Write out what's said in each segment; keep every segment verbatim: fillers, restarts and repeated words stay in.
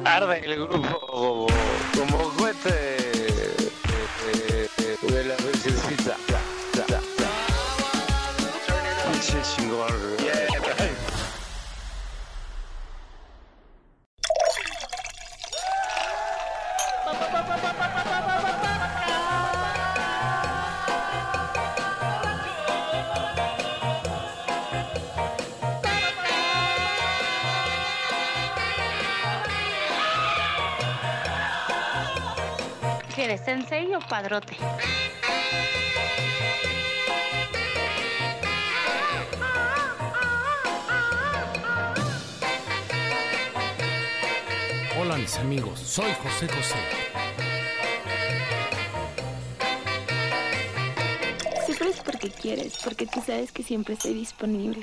Arde el grupo como, como cohete de, de, de la virgencita. Pinche chingón, yeah. ¿Quieres sensei o padrote? Hola mis amigos, soy José José. Siempre es porque quieres, porque tú sabes que siempre estoy disponible.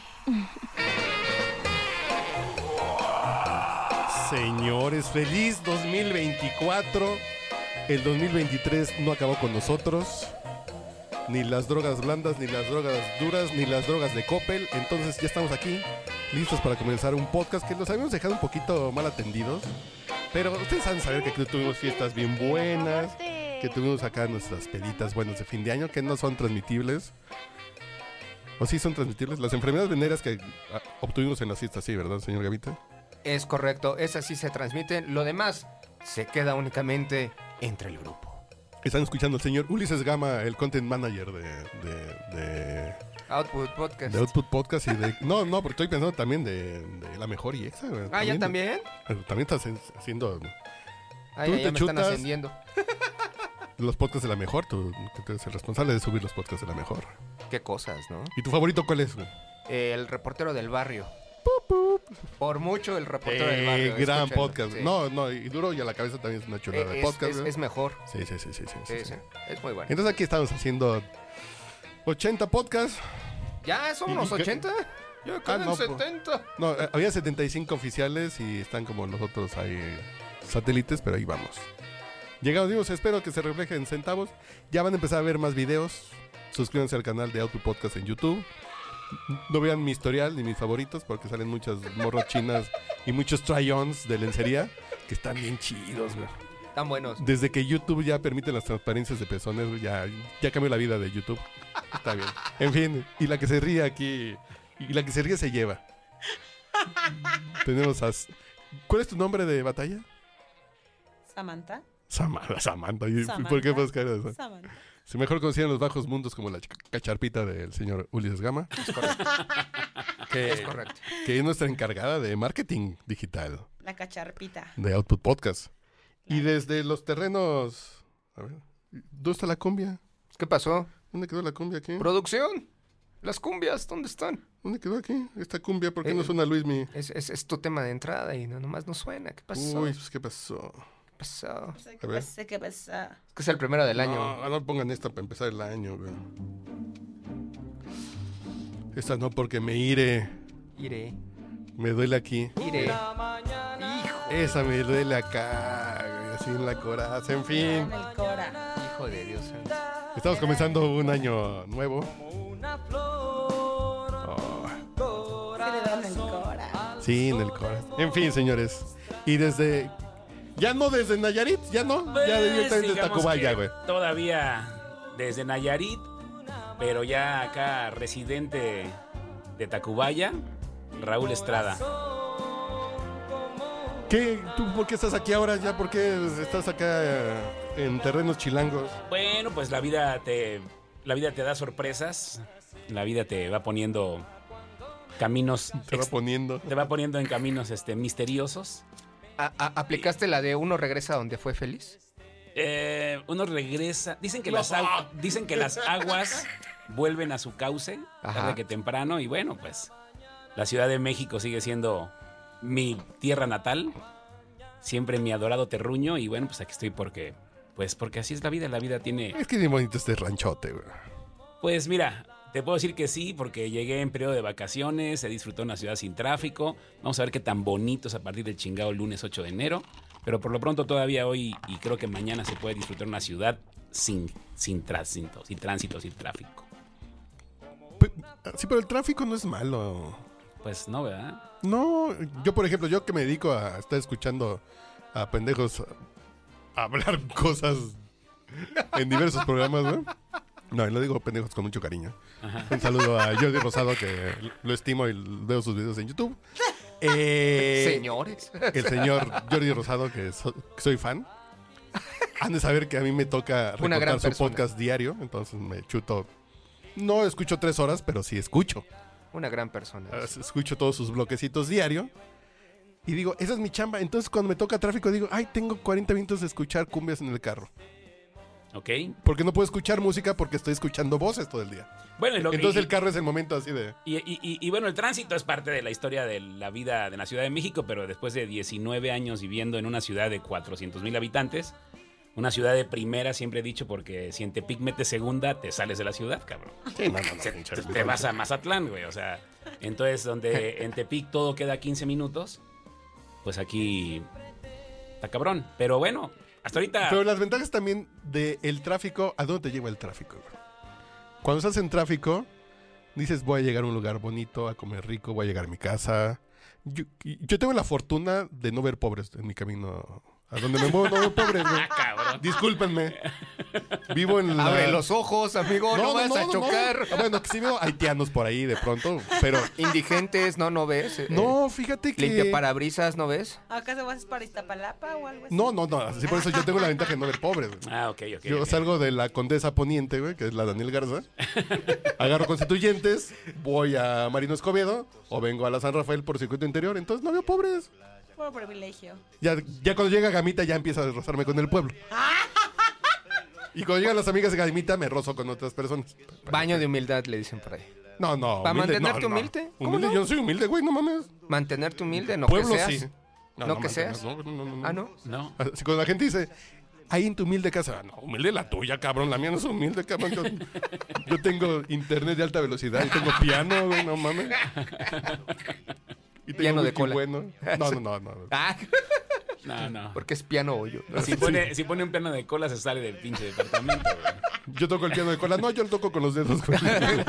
Señores, feliz dos mil veinticuatro. El dos mil veintitrés no acabó con nosotros. Ni las drogas blandas, ni las drogas duras, ni las drogas de Coppel. Entonces ya estamos aquí, listos para comenzar un podcast que los habíamos dejado un poquito mal atendidos. Pero ustedes saben saber que tuvimos fiestas bien buenas, que tuvimos acá nuestras peditas buenas de fin de año, que no son transmitibles. ¿O sí son transmitibles? Las enfermedades venéreas que obtuvimos en las fiestas, sí, ¿verdad, señor Gavita? Es correcto, esas sí se transmiten. Lo demás se queda únicamente entre el grupo. Están escuchando al señor Ulises Gama, el content manager de... de, de Output Podcast. De Output Podcast y de... No, no, porque estoy pensando también de, de La Mejor y Exa. Güey. Ah, ¿ya también? También estás haciendo... Ah, ya, ya me están ascendiendo. Los podcasts de La Mejor, tú, tú eres el responsable de subir los podcasts de La Mejor. Qué cosas, ¿no? ¿Y tu favorito cuál es, güey? Eh, el reportero del barrio. Pup, pup. Por mucho el reportero eh, del barrio. Gran Escúchalo, podcast. Sí. No, no, y Duro y a la Cabeza también es una chulada eh, de es, podcast. Es, es mejor. Sí, sí, sí, sí, sí, sí, sí, sí. Es muy bueno. Entonces aquí estamos haciendo ochenta podcasts. ¿Ya son unos ochenta? Yo quedé ah, no, en setenta. No, eh, había setenta y cinco oficiales y están como los otros ahí satélites, pero ahí vamos. Llegamos, digo, espero que se refleje en centavos. Ya van a empezar a ver más videos. Suscríbanse al canal de Output Podcast en YouTube. No vean mi historial ni mis favoritos porque salen muchas morras chinas y muchos try-ons de lencería que están bien chidos, güey. Están buenos. Desde que YouTube ya permite las transparencias de pezones, güey, ya, ya cambió la vida de YouTube. Está bien. En fin, y la que se ríe aquí, y la que se ríe se lleva. Tenemos a... ¿Cuál es tu nombre de batalla? Samantha. Samantha, Samantha. ¿Y Samantha. por qué puedes caer de eso? Samantha. Se mejor conocida en los bajos mundos como la ch- cacharpita del señor Ulises Gama. Es correcto. que, es correcto. Que es nuestra encargada de marketing digital La cacharpita. de Output Podcast. Y desde los terrenos... A ver, ¿dónde está la cumbia? ¿Qué pasó? ¿Dónde quedó la cumbia aquí? ¿Producción? ¿Las cumbias? ¿Dónde están? ¿Dónde quedó aquí? Esta cumbia, ¿por qué Eh, no suena Luismi? Es, es, es tu tema de entrada y no, nomás no suena. ¿Qué pasó? Uy, pues ¿qué pasó? ¿Qué pasó? No sé qué A ver. pasa, qué pasa. Es que es el primero del año. No, no pongan esta para empezar el año, güey. Esta no, porque me iré. Iré. Me duele aquí. Iré. Hijo. Esa me duele acá, güey, así en la coraza. En fin, En el Cora. Hijo de Dios santo. estamos comenzando un año nuevo. Oh, Se le da en el Cora. sí, en el corazón. En fin, señores. Y desde... Ya no desde Nayarit, ya no. Ya Pues, directamente desde digamos Tacubaya, que güey. Todavía desde Nayarit, pero ya acá residente de Tacubaya, Raúl Estrada. ¿Qué? ¿Tú por qué estás aquí ahora? ¿Ya por qué estás acá eh, en terrenos chilangos? Bueno, pues la vida te la vida te da sorpresas, la vida te va poniendo caminos Te va ex- poniendo. te va poniendo en caminos este misteriosos. ¿A- a- ¿Aplicaste la de uno regresa donde fue feliz? Eh, uno regresa, dicen que las agu- dicen que las aguas vuelven a su cauce Ajá. tarde que temprano y bueno, pues la Ciudad de México sigue siendo mi tierra natal, siempre mi adorado terruño y bueno, pues aquí estoy porque pues porque así es la vida, la vida tiene. Es que es bien bonito este ranchote, güey. Pues mira, te puedo decir que sí, porque llegué en periodo de vacaciones, se disfrutó una ciudad sin tráfico. Vamos a ver qué tan bonito es a partir del chingado lunes ocho de enero. Pero por lo pronto todavía hoy y creo que mañana se puede disfrutar una ciudad sin, sin tránsito, sin tránsito, sin tráfico. Pe- Sí, pero el tráfico no es malo. Pues no, ¿verdad? No, yo por ejemplo, yo que me dedico a estar escuchando a pendejos a hablar cosas en diversos programas, ¿no? No, y lo digo pendejos con mucho cariño. Ajá. Un saludo a Jordi Rosado, que lo estimo y veo sus videos en YouTube. Eh, Señores. El señor Jordi Rosado, que, so- que soy fan. Han de saber que a mí me toca Una gran recortar su persona. podcast diario, entonces me chuto. No escucho tres horas, pero sí escucho. Una gran persona. Es- Escucho todos sus bloquecitos diario. Y digo, esa es mi chamba. Entonces cuando me toca tráfico digo, ay, tengo cuarenta minutos de escuchar cumbias en el carro. ¿Ok? Porque no puedo escuchar música porque estoy escuchando voces todo el día. Bueno, y lo que- Entonces y- el carro es el momento así de... Y, y- y- y bueno, el tránsito es parte de la historia de la vida de la Ciudad de México, pero después de diecinueve años viviendo en una ciudad de cuatrocientos mil habitantes, una ciudad de primera, siempre he dicho, porque si en Tepic metes segunda, te sales de la ciudad, cabrón. Sí, no, no, no, Te, pinche- te- te vas a Mazatlán, güey, o sea, entonces donde en Tepic todo queda quince minutos, pues aquí está cabrón. Pero bueno, hasta ahorita... Pero las ventajas también del tráfico, ¿a dónde te lleva el tráfico? Güey? Cuando estás en tráfico, dices, voy a llegar a un lugar bonito, a comer rico, voy a llegar a mi casa. Yo, y- yo tengo la fortuna de no ver pobres en mi camino. A donde me muevo no veo pobres, güey. Ah, cabrón. Discúlpenme. Vivo en la... Abre los ojos, amigo. No, vas a no, chocar. no. Bueno, que sí veo haitianos por ahí de pronto, pero... Indigentes, no, no ves. Eh, No, fíjate que... Limpia parabrisas, ¿no ves? ¿Acaso vas para Iztapalapa o algo así? No, no, no. Así por eso yo tengo la ventaja de no ver pobres, güey. Ah, ok, ok. Yo ok. salgo de la Condesa Poniente, güey, que es la Daniel Garza. Agarro Constituyentes, voy a Marino Escobedo o vengo a la San Rafael por circuito interior. Entonces no veo pobres. Por privilegio. Ya, ya cuando llega Gamita ya empieza a rozarme con el pueblo. Y cuando llegan las amigas de Gamita me rozo con otras personas. Baño de humildad, le dicen por ahí. No, no. ¿Para humilde, mantenerte no, no. humilde? ¿Cómo Humilde, no? yo no soy humilde, güey, no mames. Mantenerte humilde, no Pueblo que seas. sí. No, que mantener, seas. No, no, no, no. Ah, ¿no? No. Así cuando la gente dice, ahí en tu humilde casa, no, humilde la tuya, cabrón, la mía no es humilde, cabrón. Yo, yo tengo internet de alta velocidad y tengo piano, güey, no mames. Y tengo Piano de wifi cola. bueno. No, no, no, no. Ah, No, no. porque es piano hoyo. Si pone, si pone un plano de cola, se sale del pinche departamento, güey. Yo toco el piano de cola. No, yo lo toco con los dedos. güey.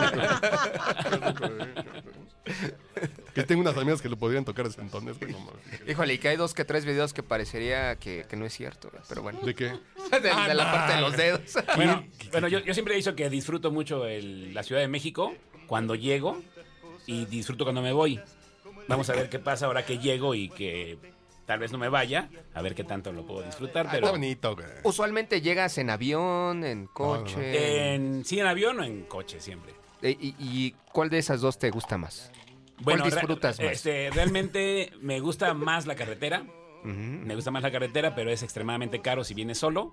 Que tengo unas amigas que lo podrían tocar desde entonces, güey, no mames. Híjole, y que hay dos que tres videos que parecería que, que no es cierto, güey, pero bueno. ¿De qué? De, de la parte de los dedos. Bueno, bueno yo, yo siempre he dicho que disfruto mucho el- la Ciudad de México cuando llego y disfruto cuando me voy. Vamos a ver qué pasa ahora que llego y que tal vez no me vaya, a ver qué tanto lo puedo disfrutar, Ah, pero está bonito, güey. Usualmente llegas en avión, en coche. en, sí en avión o en coche siempre. Eh, y, y cuál de esas dos te gusta más? ¿Cuál Bueno, re- disfrutas más? Este, realmente me gusta más la carretera. Ujú. Me gusta más la carretera, pero es extremadamente caro si vienes solo.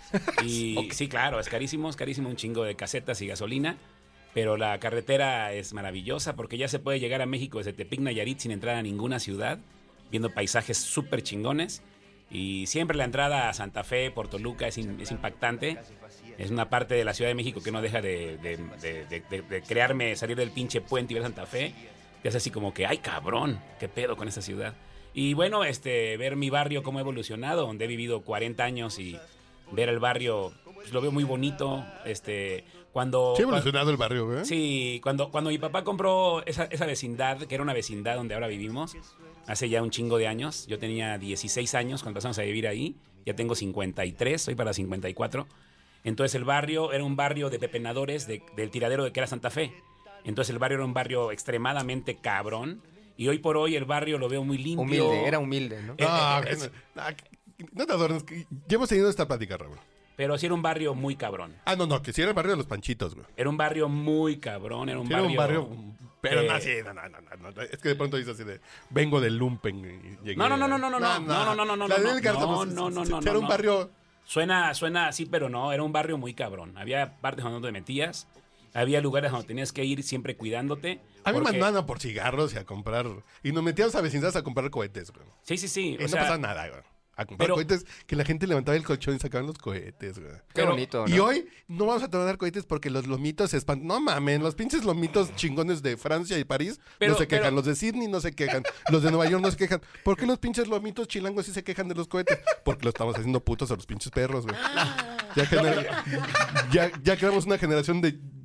Y sí, claro, es carísimo, es carísimo un chingo de casetas y gasolina. Pero la carretera es maravillosa porque ya se puede llegar a México desde Tepic, Nayarit sin entrar a ninguna ciudad, viendo paisajes súper chingones. Y siempre la entrada a Santa Fe, por Toluca, es, in- es impactante. Es una parte de la Ciudad de México que no deja de, de- de- de- de- de crearme salir del pinche puente y ver Santa Fe. Y es así como que, ay cabrón, qué pedo con esa ciudad. Y bueno, este, ver mi barrio cómo ha evolucionado, donde he vivido cuarenta años y ver el barrio, pues, lo veo muy bonito. Este, cuando... Sí, ha evolucionado el barrio, güey. Sí, cuando, cuando mi papá compró esa, esa vecindad, que era una vecindad donde ahora vivimos, hace ya un chingo de años, yo tenía dieciséis años cuando empezamos a vivir ahí, ya tengo cincuenta y tres, soy para cincuenta y cuatro. Entonces el barrio era un barrio de pepenadores de- del tiradero de que era Santa Fe. Entonces el barrio era un barrio extremadamente cabrón y hoy por hoy el barrio lo veo muy limpio. Humilde, era humilde, ¿no? Eh, No, eh, güey, es- no, no, no te adornes. que Ya hemos tenido esta plática, Raúl. Pero sí era un barrio muy cabrón. Ah, no, no, que sí era el barrio de los Panchitos, güey. Era un barrio muy cabrón, era un Sí era barrio... un barrio... Pero eh, no, sí, no, no, no, no, no. Es que de pronto dices así de... Vengo del lumpen y llegué... No, no, no, no, no, no, no, no, no, no, no, La no, del Garza, no, pues, no, no, sí, no, sí, Era no, un no. barrio... Suena, suena así, pero no, era un barrio muy cabrón. Había partes donde no te metías, había lugares donde tenías que ir siempre cuidándote. A mí me porque- mandaban a por cigarros y a comprar... Y nos metíamos a vecindades a comprar cohetes, güey. Sí, sí, sí. Y o no sea, pasa nada, güey. A comprar pero- cohetes, que la gente levantaba el colchón y sacaban los cohetes, güey. Qué pero- bonito, ¿no? Y hoy no vamos a tomar cohetes porque los lomitos se espantan. No mamen, los pinches lomitos chingones de Francia y París Pero- no se quejan. pero- Los de Sydney no se quejan. Los de Nueva York no se quejan. ¿Por qué los pinches lomitos chilangos sí se quejan de los cohetes? Porque lo estamos haciendo putos a los pinches perros, güey. Ya, gener- ya, ya creamos una generación de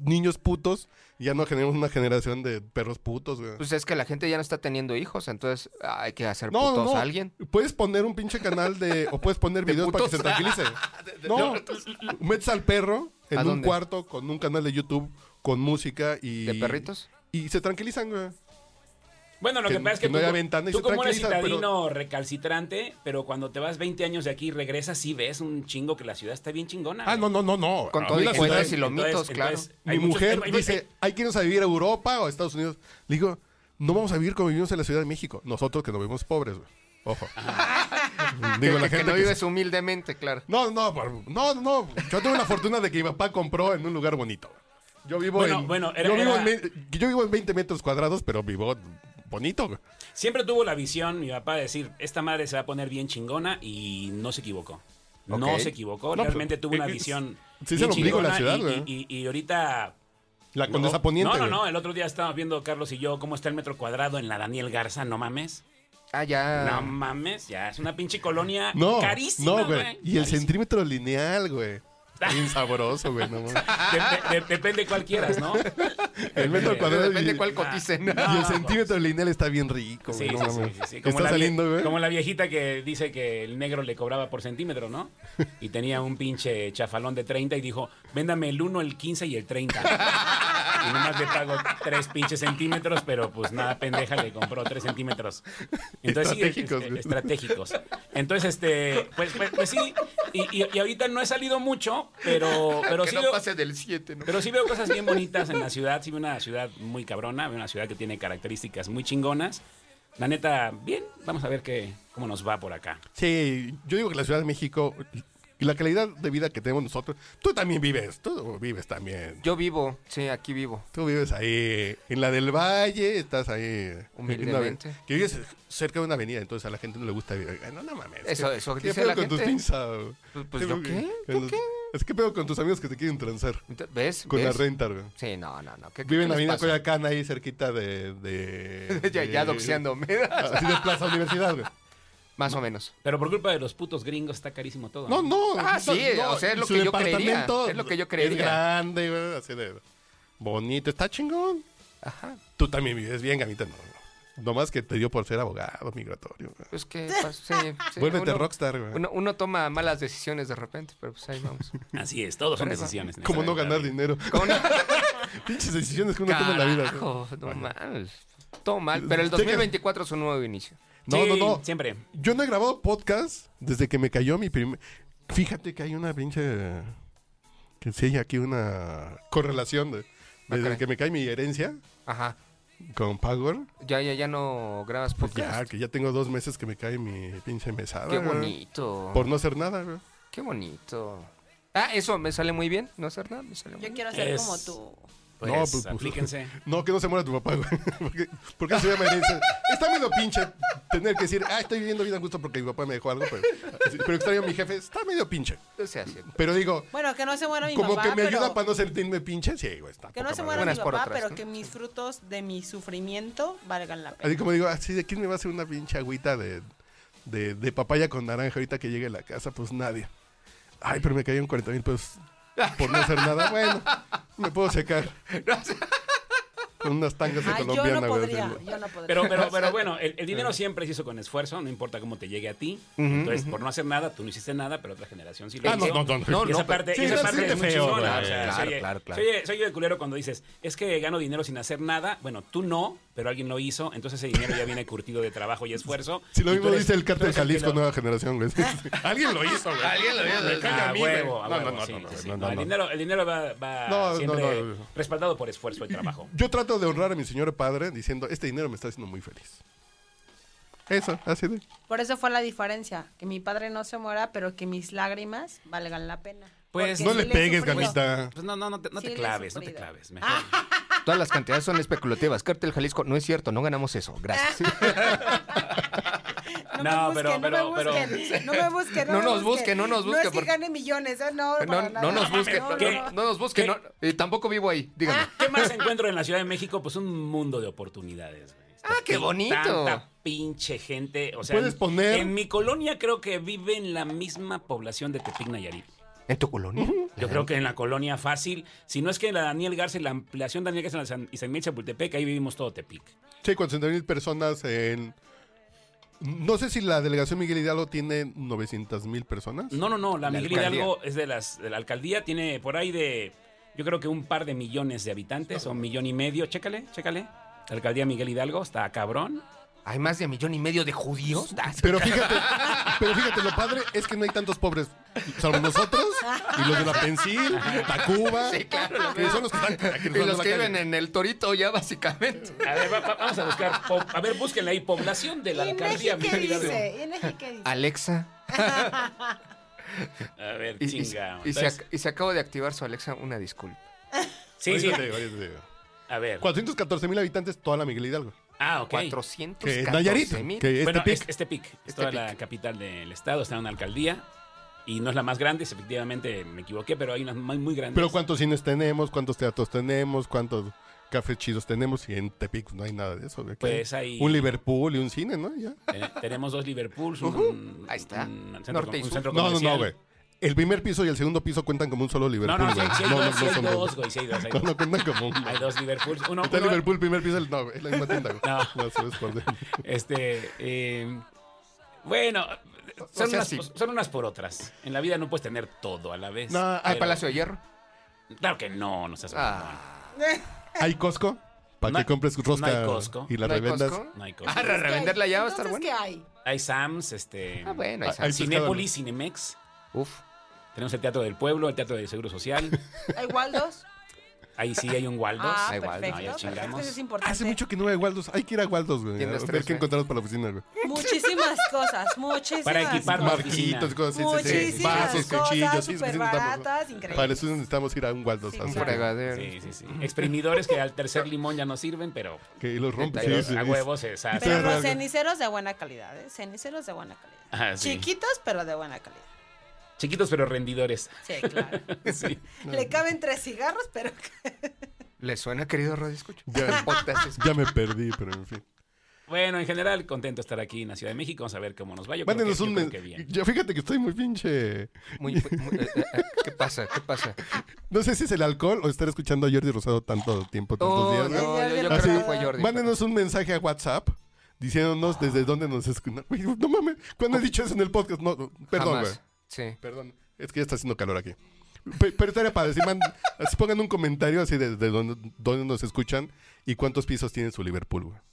niños putos y ya no generamos una generación de perros putos, güey. Pues es que la gente ya no está teniendo hijos, entonces hay que hacer No, putos no, no. a alguien. Puedes poner un pinche canal de... O puedes poner ¿De videos para que se putos? tranquilice. No, metes al perro en ¿A un dónde? cuarto con un canal de YouTube con música y... ¿De perritos? Y se tranquilizan, güey. Bueno, lo Que- que, pasa es que, que no tú, haya ventana y tú se como eres tranquilizan, citadino recalcitrante, pero cuando te vas veinte años de aquí y regresas, sí ves un chingo que la ciudad está bien chingona. Ah, no, no, no, no. Con A todo mí y la puentes ciudad- y lomitos, Entonces- claro. entonces, Mi hay muchos- mujer hay- hay- dice, hay que irnos a vivir a Europa o a Estados Unidos. Le digo, no vamos a vivir como vivimos en la Ciudad de México. Nosotros que nos vivimos pobres, güey. Ojo. Digo, que, la que gente no que- vives humildemente, claro. No, no, por- no, no. Yo tengo la fortuna de que mi papá compró en un lugar bonito. Yo vivo Bueno, en... bueno, era- yo, vivo era- en ve- yo vivo en veinte metros cuadrados, pero vivo bonito, güey. Siempre tuvo la visión, mi papá, de decir, esta madre se va a poner bien chingona y no se equivocó. No Ok. se equivocó, No, realmente pues, tuvo una es- visión sí es bien el ombligo de la chingona ciudad, y, güey. y, y, y ahorita... La Condesa Poniente, No, no, güey. no, el otro día estábamos viendo, Carlos y yo, cómo está el metro cuadrado en la Daniel Garza, no mames. Ah, ya. No mames, ya, es una pinche colonia No, carísima, no, güey. güey. Y el Carísima. centímetro lineal, güey. Bien sabroso, güey. No, mames. De- de- depende cuál quieras, ¿no? el metro Eh, cuadrado Depende y, cuál coticen. y el centímetro lineal está bien rico, Sí, güey. sí, no sí, mames. sí, sí. Como, Está la, vie- saliendo, güey. como la viejita que dice que el negro le cobraba por centímetro, ¿no? Y tenía un pinche chafalón de treinta y dijo, véndame el uno, el quince y el treinta. Y nomás le pago tres pinches centímetros, pero pues nada, pendeja, le compró tres centímetros. Entonces, sí, Estratégicos, es- güey. estratégicos. Entonces, este, pues, pues, pues sí, y, y- y ahorita no he salido mucho, pero, pero que sí no veo- pase del siete, ¿no? pero sí veo cosas bien bonitas en la ciudad. Sí veo una ciudad muy cabrona, veo una ciudad que tiene características muy chingonas. La neta, bien, vamos a ver qué, cómo nos va por acá. Sí, yo digo que la Ciudad de México y la calidad de vida que tenemos nosotros, tú también vives, tú vives también. Yo vivo, sí, aquí vivo. Tú vives ahí en la del Valle, estás ahí en una Humildemente. ave- que vives cerca de una avenida, entonces a la gente no le gusta vivir. Ay, No, no mames. Eso- ¿qué- eso ¿qué dice pedo la con tus gente. pinzas? Pues- pues, ¿yo qué? con los- Es que pedo con tus amigos que te quieren transar Ent- ¿Ves? con ¿Ves? la renta, güey. Sí, no, no, no. ¿Qué, Viven en qué la les avenida pasa? Coyoacán ahí cerquita de... de ya, ya de- doxeándome. Así de Plaza Universidad, güey. Más o menos. Pero por culpa de los putos gringos está carísimo todo. No, no. Ah, sí, no, o sea, es lo su que yo creería, departamento es lo que yo Es creería. grande, güey, así de bonito. Está chingón. Ajá. Tú también vives bien, Gamita, no. Nomás que te dio por ser abogado migratorio, güey. Pues que, pues, sí, sí, Vuélvete uno- rockstar, güey. Uno, uno toma malas decisiones de repente, pero pues ahí vamos. Así es, todos son Pero eso- decisiones. en ¿Cómo esta no ganar vida. dinero? ¿Cómo no? Pinches decisiones que uno toma en la vida. güey. Carajo, no mames. Todo mal, pero el dos mil veinticuatro es un nuevo inicio. No, Sí, no, no. siempre. Yo no he grabado podcast desde que me cayó mi primer... Fíjate que hay una pinche... Que sí hay aquí una correlación de... Desde caray. que me cae mi herencia Ajá. con Power. Ya, ya, ya no grabas Pues podcast. ya, que ya tengo dos meses que me cae mi pinche mesada. Qué güey. bonito. Por no hacer nada, güey. Qué bonito. Ah, eso me sale muy bien. No hacer nada, me sale muy Yo bien. quiero ser Es- como tú. Pues, No, pues, pues, aplíquense. No, que no se muera tu papá, güey. Porque, porque se llama herencia. Está medio pinche tener que decir, ah, estoy viviendo vida a gusto porque mi papá me dejó algo, pero, pero extraño a mi jefe. Está medio pinche. No sea así. Pero digo, Bueno, que no se muera mi como papá, que me pero... ayuda para no sentirme pinche. Sí, güey, está Que no poca se madre. muera Unas mi por papá, otras, pero ¿no? que mis frutos de mi sufrimiento valgan la pena. Así como digo, así de quién me va a hacer una pinche agüita de, de, de papaya con naranja ahorita que llegue a la casa, pues nadie. Ay, pero me cayeron cuarenta mil pesos por no hacer nada. Bueno, me puedo secar. Con unas tangas de Ay, yo colombiana, no güey. podría, así. yo no podría. Pero, pero, pero bueno, el, el dinero siempre se hizo con esfuerzo, no importa cómo te llegue a ti. Entonces, por no hacer nada, tú no hiciste nada, pero otra generación sí lo Ah, no, hizo. no, no, no. Y esa parte, Sí, y esa no, parte siente es muy feo, chingona. güey. O sea, Claro, soy, claro, claro. Soy, soy de culero cuando dices, es que gano dinero sin hacer nada. Bueno, tú no, pero alguien lo hizo, entonces ese dinero ya viene curtido de trabajo y esfuerzo. Si lo y mismo tú eres- dice el tú Cártel eres Jalisco, que lo- nueva generación, güey. Alguien lo hizo, güey. Alguien lo hizo. Me cae a Ah, mí, güey. huevo, a No, huevo, no, no, sí, no, sí, sí. no, No, no, el no. dinero, el dinero va, va No, no, siempre no. respaldado por esfuerzo y trabajo. Yo trato de honrar a mi señor padre diciendo, este dinero me está haciendo muy feliz. Eso, así de... Por eso fue la diferencia, que mi padre no se muera, pero que mis lágrimas valgan la pena. Pues, Porque No sí le he pegues, sufrido. Gamita. Pues no, no, no te, no Sí, te le he claves, no te sufrido. claves. Mejor. Todas las cantidades son especulativas. Cártel Jalisco, no es cierto, no ganamos eso. Gracias. No, No, me pero- busquen, pero- no me pero- busquen, no me busquen, No me nos busquen, no nos No busquen, es que porque- gane millones, ¿eh? no, No, para no nada. nos busquen, No, no, no, ¿Qué? no. no nos busquen. no, eh, tampoco vivo ahí, díganme. ¿Qué más encuentro en la Ciudad de México? Pues un mundo de oportunidades, güey. Está Ah, qué pi- bonito. Tanta pinche gente. O sea, Puedes en- poner- En mi colonia creo que vive en la misma población de Tepic Nayarit. ¿En tu colonia? Yo creo que en la colonia fácil, si no es que la Daniel Garza, la ampliación Daniel Garza en la San, y San Miguel Chapultepec, ahí vivimos todo Tepic. Sí, cuatrocientas mil personas en... No sé si la delegación Miguel Hidalgo tiene novecientas mil personas. No, no, no, la, La Miguel alcaldía. Hidalgo es de, las, de la alcaldía, tiene por ahí de, yo creo que un par de millones de habitantes, o un millón y medio, chécale, chécale. La alcaldía Miguel Hidalgo está cabrón. ¿Hay más de millón y medio de judíos? Pero fíjate, pero fíjate, lo padre es que no hay tantos pobres, salvo nosotros y los de la Pensil, Tacuba, Sí, claro. que son los que están aquí Y cruzando los la que calle. viven en el Torito ya, básicamente. A ver, va- va- vamos a buscar, po- a ver, búsquenle ahí, población de la ¿Y alcaldía Neji qué Miguel Hidalgo. dice? ¿Y Neji qué dice? Alexa. A ver, Y, y- chinga. y se, Entonces, ac- y se acaba de activar su Alexa, una disculpa. sí, sí, Ahorita te digo, ahorita te digo. a ver. cuatrocientos catorce mil habitantes, toda la Miguel Hidalgo. Ah, ok. cuatrocientos Que catorce Nayarit, mil. que es Bueno, Tepic. es, es Tepic, es Es toda Tepic. la capital del estado, está en una alcaldía y no es la más grande, efectivamente me equivoqué, pero hay unas muy, muy grandes. Pero ¿cuántos cines tenemos? ¿Cuántos teatros tenemos? ¿Cuántos cafés chidos tenemos? Y en Tepic no hay nada de eso. ¿De qué? Pues hay- Un Liverpool y un cine, ¿no? Ya. Ten- tenemos dos Liverpools, un, Ujú, ahí está. un centro, Norte y un sur. centro No, no, comercial. no, güey. El primer piso y el segundo piso cuentan como un solo No, Liverpool, no, no, sí, güey. sí hay no, dos, no, sí no hay son dos, dos. güey, sí hay dos, hay No, dos. no cuentan como un... Hay dos Liverpools. Uno, Está uno- Liverpool, primer piso, el- no, es la misma tienda, güey. No. No, se ves por dentro. Este, eh, bueno, son, sea, unas, sí. son unas por otras. En la vida no puedes tener todo a la vez. No, ¿Hay pero- Palacio de Hierro? Claro que no, no seas Ah. ¿Hay Costco? Para No que hay- compres rosca no hay Costco. y la ¿No hay revendas. Costco? No hay cosa. Ah, re- revenderla ya va a estar Entonces, bueno. ¿qué hay? Hay Sam's, este, Ah, bueno, ahí Ah, está. hay- Cinépolis, Cinemex. Uf. Tenemos el Teatro del Pueblo, el Teatro del Seguro Social. ¿Hay Waldos? Ahí sí hay un Waldos. Ah, Hay Waldos. perfecto. No, ya perfecto, chingamos. eso es importante. Hace mucho que no hay Waldos. Hay que ir a Waldos, güey. A Tienes ver tres, qué ¿eh? encontramos para la oficina, güey. Muchísimas cosas, muchísimas Para equipar la cosas. oficina. Marquitos, cosas así. sí, sí. Muchísimas Vasos, cosas, cuchillos. Sí, sí, súper necesitamos- baratas, increíbles. Para eso necesitamos ir a un Waldos. Sí, a Un hacer- claro. fregadero. Sí, sí, sí. Exprimidores que al tercer limón ya no sirven, pero, Que los rompes. Pero Sí, sí, a sí. huevos se deshacen. Pero real, los güey. ceniceros de buena calidad, ¿eh? Ceniceros de buena calidad. Ah, sí. Chiquitos, pero de buena calidad. Chiquitos pero rendidores. Sí, claro. Sí. Le caben tres cigarros, pero... ¿Le suena, querido Radio Escucho? Ya. El podcast es- Ya me perdí, pero en fin. Bueno, en general, contento de estar aquí en la Ciudad de México. Vamos a ver cómo nos va. Yo creo que, Mándenos yo un creo men- que bien. Ya fíjate que estoy muy pinche. muy- muy- eh, eh, ¿Qué pasa? ¿Qué pasa? No sé si es el alcohol o estar escuchando a Jordi Rosado tanto tiempo, tantos Oh, días. no, ¿no? yo, yo Así, creo que fue Jordi. Mándenos un mensaje a WhatsApp diciéndonos desde dónde nos escuchan. No, no mames, ¿cuándo he dicho eso en el podcast? No, no, perdón, Jamás. güey. Sí. Perdón, es que ya está haciendo calor aquí. Pe- Pero estaría padre, si man- así pongan un comentario así de, de dónde, dónde nos escuchan y cuántos pisos tiene su Liverpool, güey.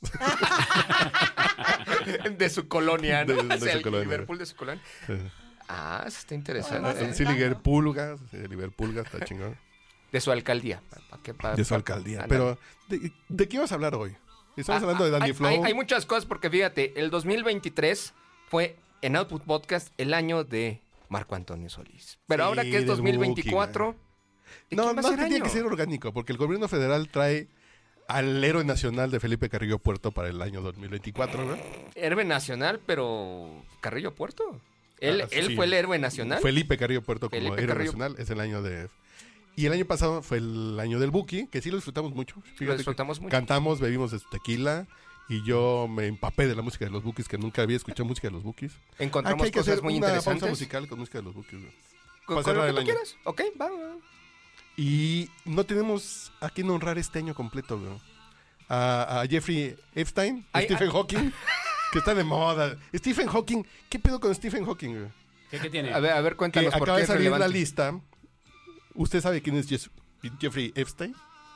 De su colonia, ¿no? De- de O sea, su el colonia. Liverpool de su colonia. Ah, eso está interesante. Bueno, ¿eh? Sí, Liverpool, güey, sí, Liverpool, güey, está chingón. De su alcaldía. Pa- pa- que- pa- De su pa- alcaldía. ándale. Pero, ¿de, de qué ibas a hablar hoy? Estamos Ah, hablando de ah, Danny hay, Flow. Hay, hay muchas cosas porque fíjate, el dos mil veintitrés fue en Output Podcast el año de Marco Antonio Solís. Pero Sí, ahora que es del dos mil veinticuatro, ¿de No, quién va no a ser tenía año? que ser orgánico, porque el gobierno federal trae al héroe nacional de Felipe Carrillo Puerto para el año dos mil veinticuatro, ¿no? Héroe nacional, pero Carrillo Puerto. Él, Ah, él sí. fue el héroe nacional. Felipe Carrillo Puerto como Felipe héroe Carrillo. nacional es el año de... Y el año pasado fue el año del Buki, que sí lo disfrutamos mucho. Fíjate Lo que disfrutamos mucho. Cantamos, bebimos de su tequila y yo me empapé de la música de los Bukis, que nunca había escuchado música de los Bukis. Encontramos Aquí hay que cosas hacer muy una interesantes. pausa musical con música de los Bukis. güey. Con, para con lo cerrar que el tú año. quieras. Ok, va. va. Y no tenemos a quién honrar este año completo, güey. A, a Jeffrey Epstein, a Ay, Stephen ay. Hawking, que está de moda. Stephen Hawking, ¿qué pedo con Stephen Hawking, güey? ¿Qué, qué tiene? A ver, a ver, Que cuéntanos por acaba qué de es salir la relevante. lista. ¿Usted sabe quién es Jes- Jeffrey Epstein?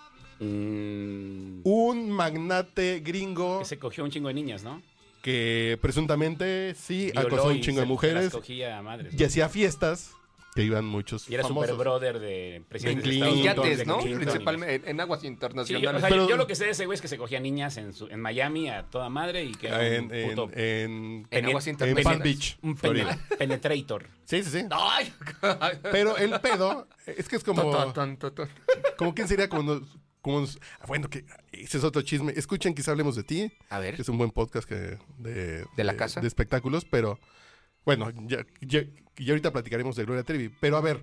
Mm, Un magnate gringo que se cogió un chingo de niñas, ¿no? que presuntamente sí Violó acosó a un y chingo de se- mujeres se las cogía a madres, ¿no? y hacía fiestas que iban muchos Y era famosos. super brother de presidentes de En Estados En Unidos. Clinton, yates, ¿no? Clinton, Principalmente en, en aguas Sí, yo, internacionales. o sea, Pero- yo, yo lo que sé de ese güey es que se cogía niñas en, su- en Miami a toda madre y que era en, un en, puto en, en aguas en internacionales. Palm Beach, un Florida. pene- penetrator. Sí, sí, sí. ¡Ay! Pero el pedo es que es como... Ton, ton, ton, ton. como quién sería como... nos- como nos- ah, bueno, que ese es otro chisme. Escuchen, quizá hablemos de ti. A ver. Que es un buen podcast que, de, ¿De la casa? De espectáculos, pero bueno, ya, ya, ya ahorita platicaremos de Gloria Trevi. Pero a ver.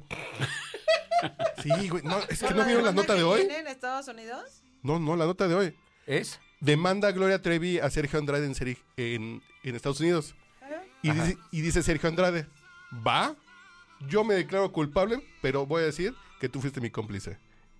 Sí, güey. No, es que ¿Por no la vieron la demanda nota que de hoy. tiene en Estados Unidos? No, no, la nota de hoy. ¿Es? Demanda a Gloria Trevi a Sergio Andrade en, Seri- en, en Estados Unidos. Y Ajá. dice, y dice Sergio Andrade, ¿va? Yo me declaro culpable, pero voy a decir que tú fuiste mi cómplice.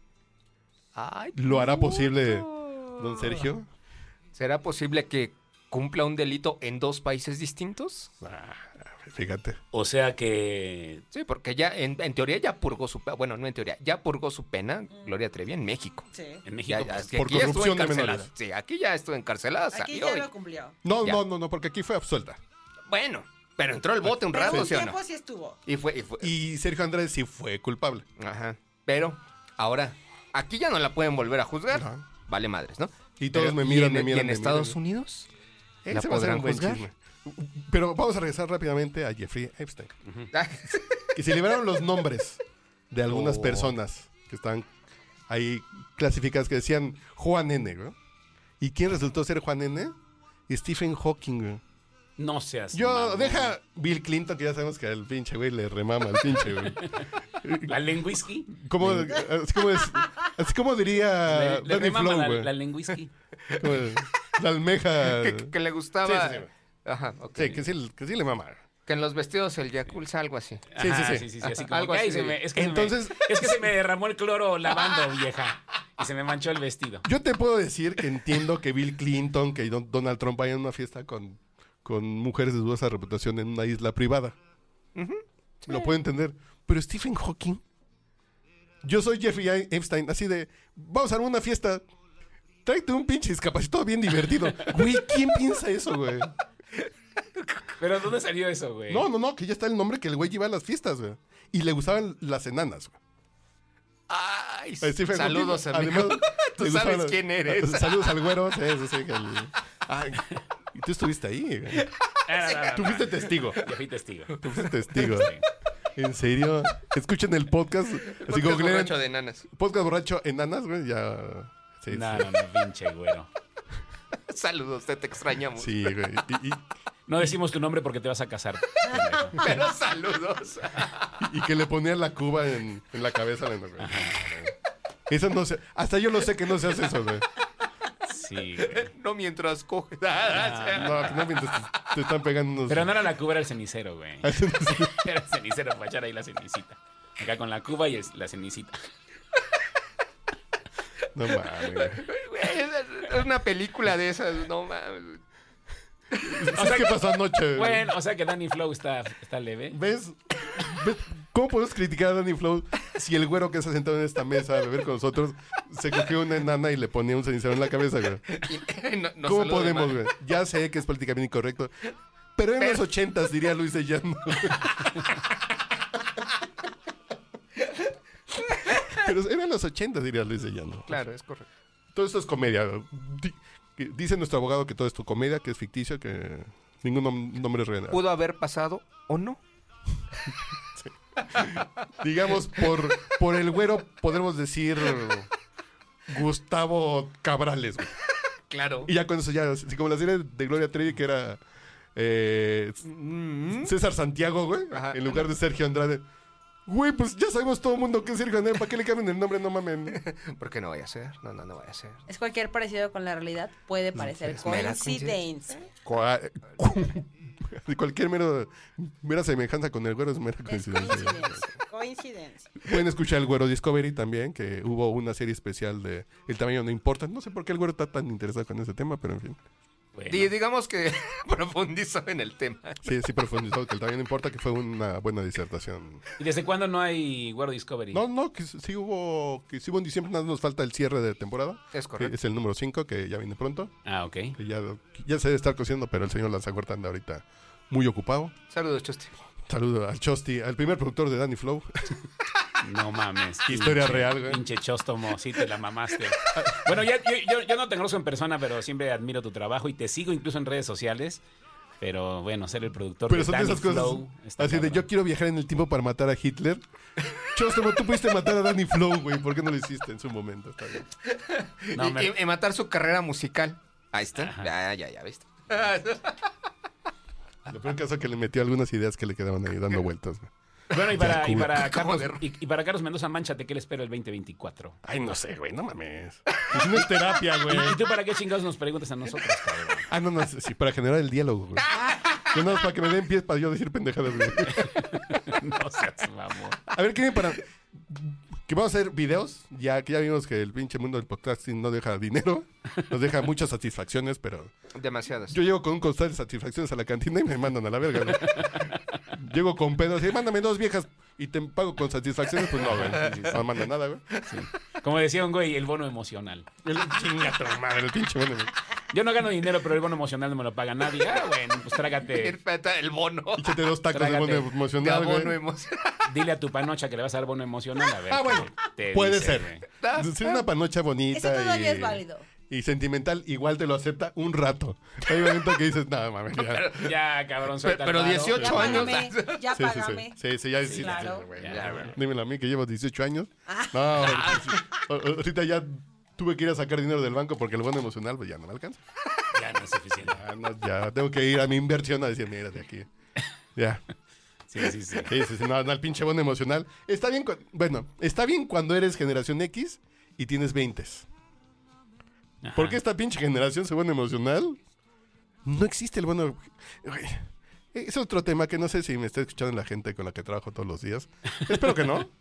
Ay, ¿Lo hará puto. posible, don Sergio? ¿Será posible que cumpla un delito en dos países distintos? Ah, fíjate. O sea que... Sí, porque ya, en, en teoría ya purgó su pena. Bueno, no en teoría, ya purgó su pena Gloria Trevi en México. Sí. En México... Ya, ya, pues, es que por aquí ya estuvo corrupción de encarcelada. menores. Sí, aquí ya estuvo encarcelada, Aquí salió ya y- lo cumplió. No, Ya. no, no, no, porque aquí fue absuelta. Bueno, pero entró el bote un Pero rato, un ¿sí o tiempo no? sí estuvo. Y fue, y fue. Y Sergio Andrade sí fue culpable. Ajá. Pero, ahora, aquí ya no la pueden volver a juzgar. Ajá. Vale madres, ¿no? Y todos Pero, me ¿y miran, en, me y miran, en me Estados miran. Unidos? Ese ¿La va a ser podrán un buen juzgar? chisme. Pero vamos a regresar rápidamente a Jeffrey Epstein. Que se liberaron los nombres de algunas Oh. personas que están ahí clasificadas que decían Juan N. ¿no? ¿Y quién resultó ser Juan N? Stephen Hawking. ¿no? No seas... Yo, mamón. deja Bill Clinton, que ya sabemos que al pinche güey le remama al pinche güey. ¿La lengüisky? ¿Cómo, así, como es- así como diría Le, le Danny remama Flow, la, güey. la lengüisky. Como La almeja. que, que le gustaba. Sí, sí, sí. Ajá, ok. Sí, que sí, que sí le mama. Que en los vestidos el Yakult, algo así. Sí, Ajá, sí, sí. sí, sí, sí, así como Algo que, ay, así se de- me- es que se me- Entonces- es que se me derramó el cloro lavando, vieja. Y se me manchó el vestido. Yo te puedo decir que entiendo que Bill Clinton, que Don- Donald Trump vayan a una fiesta con, con mujeres de dudosa reputación en una isla privada. Lo puedo entender. Pero Stephen Hawking. Yo soy Jeffrey Epstein, así de, vamos a una fiesta. Tráete un pinche discapacitado bien divertido. Güey, ¿quién piensa eso, güey? ¿Pero dónde salió eso, güey? No, no, no, que ya está el nombre que el güey lleva a las fiestas, güey. Y le gustaban las enanas, güey. Ay, A Stephen saludos, Hawking, amigo. además, Tú le sabes gustaban- quién eres. Saludos al güero. Sí, sí, sí, que el- Ay, y tú estuviste ahí, güey. Ah, no, no, no, Tú no. fuiste testigo. Yo fui testigo. Tú fuiste testigo. ¿En serio? Escuchen el podcast. Así Podcast googleen. borracho de nanas. Podcast borracho enanas, güey. Ya. Sí, No, sí. no, no, pinche güero. Saludos, te, te extrañamos. Sí, güey. Y, y- No decimos tu nombre porque te vas a casar. pendejo. Pero saludos. y que le ponían la cuba en, en la cabeza. Güey. Eso no se... Hasta yo lo sé que no se hace eso, güey. Sí, güey. No mientras coges. No, que no mientras te, te están pegando unos... Pero no era la cuba, era el cenicero, güey. Era el cenicero para echar ahí la cenicita. Acá con la cuba y el- la cenicita. No mames, güey. Güey, es- es una película de esas, no mames. O sea ¿Qué que, pasó anoche? güey? bueno, o sea que Danny Flow está, está leve. ¿Ves? ¿Ves? ¿Cómo podemos criticar a Danny Flow si el güero que está sentado en esta mesa a beber con nosotros se cogió una enana y le ponía un cenicero en la cabeza, güey? Y- no- no ¿Cómo saludo de podemos, mano. güey? Ya sé que es políticamente incorrecto, pero en Pero- los ochentas, diría Luis de Llano. Pero eran los ochentas, diría Luis de Llano. Claro, es correcto. Todo esto es comedia. Di- que- Dice nuestro abogado que todo esto es comedia, que es ficticio, que ningún nom- nombre es real. Pudo haber pasado o no. Digamos, por, por el güero podemos decir Gustavo Cabrales, güey. Claro. Y ya con eso ya, así como la serie de Gloria Trevi que era eh, César Santiago, güey, Ajá. en lugar de Sergio Andrade. Güey, pues ya sabemos todo el mundo que es Sergio Andrade, ¿para qué le cambian el nombre? No mamen. ¿Por qué no vaya a ser? No, no, no vaya a ser. Es cualquier parecido con la realidad puede parecer es mera coincidencia. Cua- cu- De cualquier mero, mera semejanza con el güero es mera Es coincidencia. coincidencia. Coincidencia. Pueden escuchar el Güero Discovery también, que hubo una serie especial de El tamaño no importa. No sé por qué el güero está tan interesado con ese tema, pero en fin. Bueno. Di- digamos que profundizó en el tema. Sí, sí profundizó que el tamaño no importa, que fue una buena disertación. ¿Y desde cuándo no hay World Discovery? No, no, que sí hubo, que sí hubo en diciembre, nada más nos falta el cierre de temporada. Es Que correcto. es el número cinco, que ya viene pronto. Ah, ok. Que ya, ya se debe estar cociendo, pero el señor Lanzahuerta anda ahorita muy ocupado. Saludos, Chusti. Saludo al Chosti, al primer productor de Danny Flow. No mames. Historia pinche- real, güey. Pinche chóstomo, sí te la mamaste. Bueno, ya, yo, yo, yo no te conozco en persona, pero siempre admiro tu trabajo y te sigo incluso en redes sociales. Pero bueno, ser el productor Pero de son de Danny esas cosas Flow está así de cabrón. yo quiero viajar en el tiempo para matar a Hitler. Chostomo, tú pudiste matar a Danny Flow, güey. ¿Por qué no lo hiciste en su momento? Está bien. No, y, me- y- y matar su carrera musical. Ahí está. Ajá. Ya, ya, ya, ¿viste? Lo peor caso es que le metió algunas ideas que le quedaban ahí dando vueltas, güey. Bueno, y para, y, para ¿Cómo Carlos, de- y, y para Carlos Mendoza, Manchate, ¿qué le espero el veinte veinticuatro? Ay, no sé, güey, no mames. Es una terapia, güey. ¿Y tú para qué chingados nos preguntas a nosotros, cabrón? Ah, no, no, sí, para generar el diálogo, güey. Yo no, para que me den pies para yo decir pendejadas, güey. No seas A ver, ¿qué viene para...? Que vamos a hacer videos, ya que ya vimos que el pinche mundo del podcasting no deja dinero, nos deja muchas satisfacciones, pero... Demasiadas. Yo llego con un costal de satisfacciones a la cantina y me mandan a la verga, güey. Llego con pedos y mándame dos viejas y te pago con satisfacciones, pues no, güey. No me mandan nada, güey. Sí. Como decía un güey, el bono emocional. El chingato, madre, el pinche bono. Yo no gano dinero, pero el bono emocional no me lo paga nadie. Ah, bueno, pues trágate. Perfecto, el bono. Échate dos tacos Trágate. de bono emocional, De güey. abono emocional. Dile a tu panocha que le vas a dar bono emocional. A ver. Ah, bueno, qué te puede dice, ser. güey. Si es una panocha bonita Ese todavía y, es válido. y sentimental, igual te lo acepta un rato. Hay un momento que dices, nada, mames, ya. Ya, cabrón, Pero, suelta el pero varo. dieciocho Ya años. págame, ya Sí, sí, págame. sí. Sí, sí, ya sí, claro. sí, güey, Ya, ya, güey. dímelo a mí que llevo dieciocho años. No, ahorita ya tuve que ir a sacar dinero del banco porque el bono emocional pues ya no me alcanza. Ya no es suficiente. Ya, no, ya tengo que ir a mi inversión a decir, mira, de aquí. Ya. Sí, sí, sí. Sí, sí, sí, no, no, el pinche bono emocional. Está bien, cu- bueno, está bien cuando eres generación X y tienes veinte. Ajá. ¿Por qué esta pinche generación se bono emocional? No existe el bono... Güey, es otro tema que no sé si me está escuchando la gente con la que trabajo todos los días. Espero que no.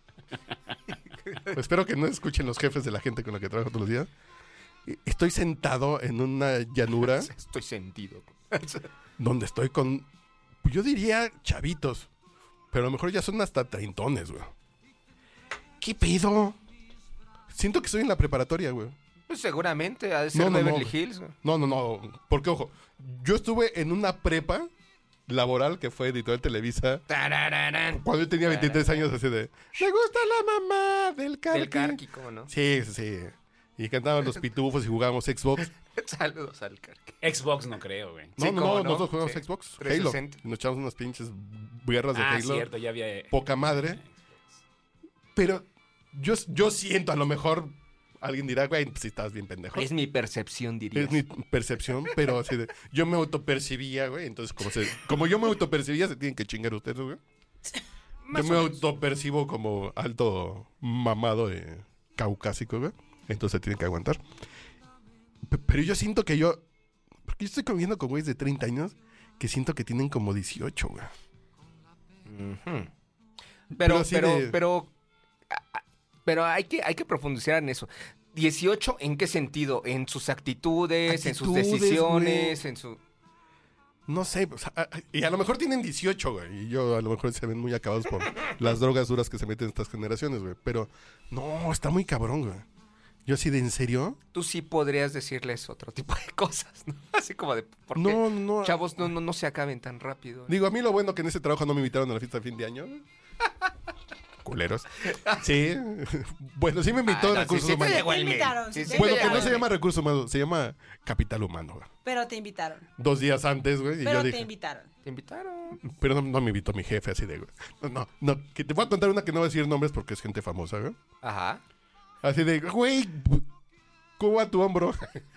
Espero que no escuchen los jefes de la gente con la que trabajo todos los días. Estoy sentado en una llanura Estoy sentido. donde estoy con, yo diría, chavitos. Pero a lo mejor ya son hasta treintones, güey. ¿Qué pedo? Siento que estoy en la preparatoria, güey. Pues seguramente, ha de ser No, no, Beverly no. Hills. güey. No, no, no. Porque, ojo, yo estuve en una prepa laboral que fue Editorial Televisa Tarararán. cuando yo tenía veintitrés años, así de... Me gusta la mamá del Carqui. Del Carqui, ¿cómo no? Sí, sí, sí. Y cantaban los pitufos y jugábamos Xbox. Saludos al Carqui. Xbox no creo, güey. No, Sí, no, cómo no, no. nosotros jugamos Sí. Xbox. Halo. trescientos sesenta. Nos echamos unas pinches guerras de Ah, Halo. cierto, ya había... Poca madre. Pero yo, yo siento, a lo mejor alguien dirá, güey, pues si estás bien pendejo. Es mi percepción, diría. Es mi percepción, pero así de, yo me autopercibía, güey. Entonces, como, se, como yo me autopercibía, se tienen que chingar ustedes, güey. Más Yo me o menos. autopercibo como alto mamado de caucásico, güey. Entonces se tienen que aguantar. P- Pero yo siento que yo... Porque yo estoy conviviendo con güeyes de treinta años que siento que tienen como dieciocho, güey. Ujú. Pero Pero, así pero, de- pero, a- a- pero hay que, hay que profundizar en eso. dieciocho, ¿en qué sentido? En sus actitudes, en sus Actitudes, decisiones, güey. en su... No sé, o sea, a- a- y a lo mejor tienen dieciocho, güey. Y yo a lo mejor se ven muy acabados por las drogas duras que se meten en estas generaciones, güey. Pero no, está muy cabrón, güey. Yo así de, ¿en serio? Tú sí podrías decirles otro tipo de cosas, ¿no? Así como de, ¿por qué No, no. chavos no, no, no se acaben tan rápido? Digo, a mí lo bueno que en ese trabajo no me invitaron a la fiesta de fin de año. Culeros. Sí. Bueno, sí me invitó Ah, no, Recursos sí, sí te Humanos. llegó el Te mail. invitaron, Sí, sí, sí Bueno, te que llegó no el se mail. llama Recursos Humanos, se llama Capital Humano, güey. Pero te invitaron. Dos días antes, güey. Y Pero yo te dije, invitaron. Te invitaron. pero no, no me invitó mi jefe así de, güey. No, no, no. Que te voy a contar una que no voy a decir nombres porque es gente famosa, güey. Ajá. Así de, güey, ¿cómo va tu hombro?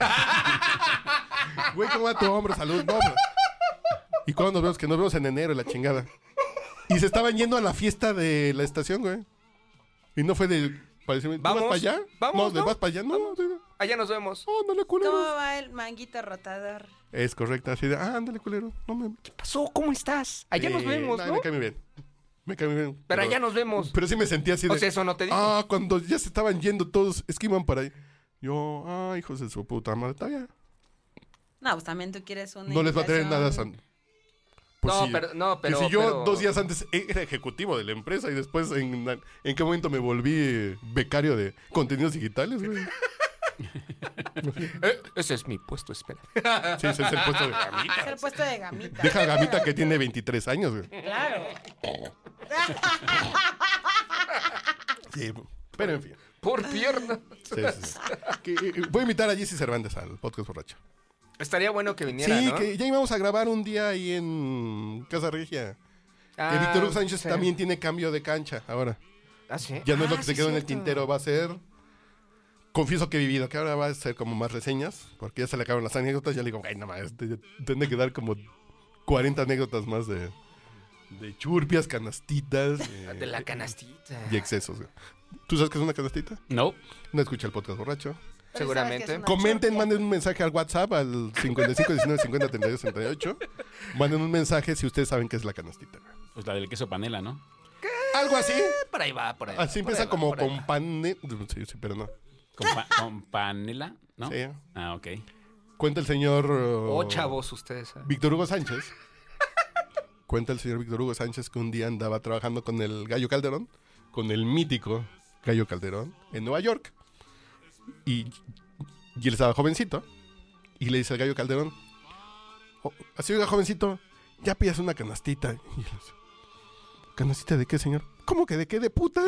Güey, ¿cómo va tu hombro? Salud, no, bro. ¿Y cuándo nos vemos? Que nos vemos en enero, la chingada. Y se estaban yendo a la fiesta de la estación, güey. Y no fue de... Para decirme, ¿tú vas Vamos, para allá? vamos, No, ¿de ¿no? vas para allá? No, no, no. Allá nos vemos. Oh, ándale, culero. ¿Cómo va el manguito rotador? Es correcto, así de, ah, ándale, culero. No me... ¿Qué pasó? ¿Cómo estás? Allá nos Eh, vemos, no, ¿no? Me cae muy bien. Me cae muy bien. Pero allá nos vemos. Pero sí me sentí así de... O sea, eso no te dijo. Ah, cuando ya se estaban yendo todos, es que iban para ahí. Yo, ah, hijos de su puta madre, está bien. No, pues también tú quieres una No les va a traer nada. invitación. San... Pues no, sí. pero, no, pero... que si yo pero- dos días antes era ejecutivo de la empresa y después en, en qué momento me volví becario de contenidos digitales, güey. Eh, ese es mi puesto, espera. Sí, ese es el puesto de Es Gamita. el puesto de gamita. Deja a Gamita que tiene veintitrés años, güey. Claro. Sí, pero en fin. Por pierna. Sí, sí, sí. Que, eh, voy a invitar a Jessy Cervantes al podcast borracho. Estaría bueno que viniera, Sí, ¿no? que ya íbamos a grabar un día ahí en Casa Regia. Ah, que Víctor Hugo Sánchez sí. también tiene cambio de cancha ahora. ¿Ah, sí? Ya no es lo Ah, que se sí, quedó en el cierto. tintero, va a ser... Confieso que he vivido, que ahora va a ser como más reseñas, porque ya se le acaban las anécdotas, ya le digo, ay, no más, tendré que dar como cuarenta anécdotas más de, de churpias, canastitas eh, De la canastita. y excesos. güey. ¿Tú sabes qué es una canastita? No. No escucha el podcast borracho. Pero Seguramente. sabes que es una Comenten, chorpia. manden un mensaje al WhatsApp al cincuenta y cinco diecinueve cincuenta treinta y dos treinta y ocho. Manden un mensaje si ustedes saben qué es la canastita. güey. Pues la del queso panela, ¿no? Algo así. Por ahí va, por ahí. Así por empieza ahí va, como por ahí con va. pane... Sí, sí, pero no. Con, pa- con panela, ¿no? Sí. Ah, ok. Cuenta el señor... uh, Oh, chavos, ustedes. ¿saben? Víctor Hugo Sánchez. Cuenta el señor Víctor Hugo Sánchez que un día andaba trabajando con el Gallo Calderón, con el mítico Gallo Calderón, en Nueva York. Y, y él estaba jovencito. Y le dice al Gallo Calderón, oh, así, oiga, jovencito, ya pillas una canastita. Y él dice, ¿canastita de qué, señor? ¿Cómo que de qué? ¿De putas?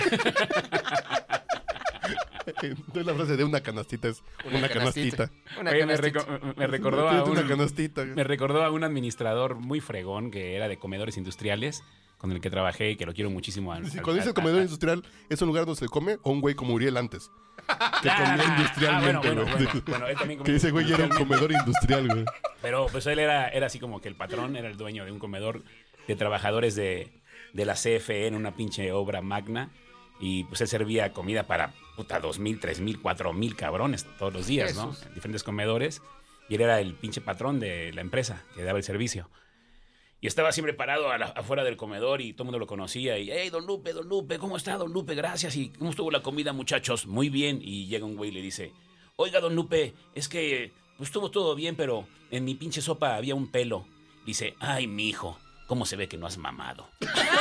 Entonces la frase de una canastita es una, canastita. Una Oye, me, canastita. reco- me recordó a Tienes un, una canastita. me recordó a un administrador muy fregón que era de comedores industriales, con el que trabajé y que lo quiero muchísimo. al- Si al- cuando dices al- comedor al- industrial, ¿es un lugar donde se come o un güey como Uriel antes? Que Ah, comía ah, industrialmente, ah, bueno, güey. bueno, bueno, bueno, él también Que comía ese güey era un industrialmente. comedor industrial, güey. Pero pues él era, era así como que el patrón, era el dueño de un comedor de trabajadores de, de la C F E en una pinche obra magna. Y pues él servía comida para, puta, dos mil, tres mil, cuatro mil cabrones todos los días, ¿no? Jesús. En diferentes comedores. Y él era el pinche patrón de la empresa que daba el servicio. Y estaba siempre parado a la- afuera del comedor y todo el mundo lo conocía. Y, hey, don Lupe, don Lupe, ¿cómo está, don Lupe? Gracias. ¿Y cómo estuvo la comida, muchachos? Muy bien. Y llega un güey y le dice, oiga, don Lupe, es que pues, estuvo todo bien, pero en mi pinche sopa había un pelo. Dice, ay, mijo, ¿cómo se ve que no has mamado?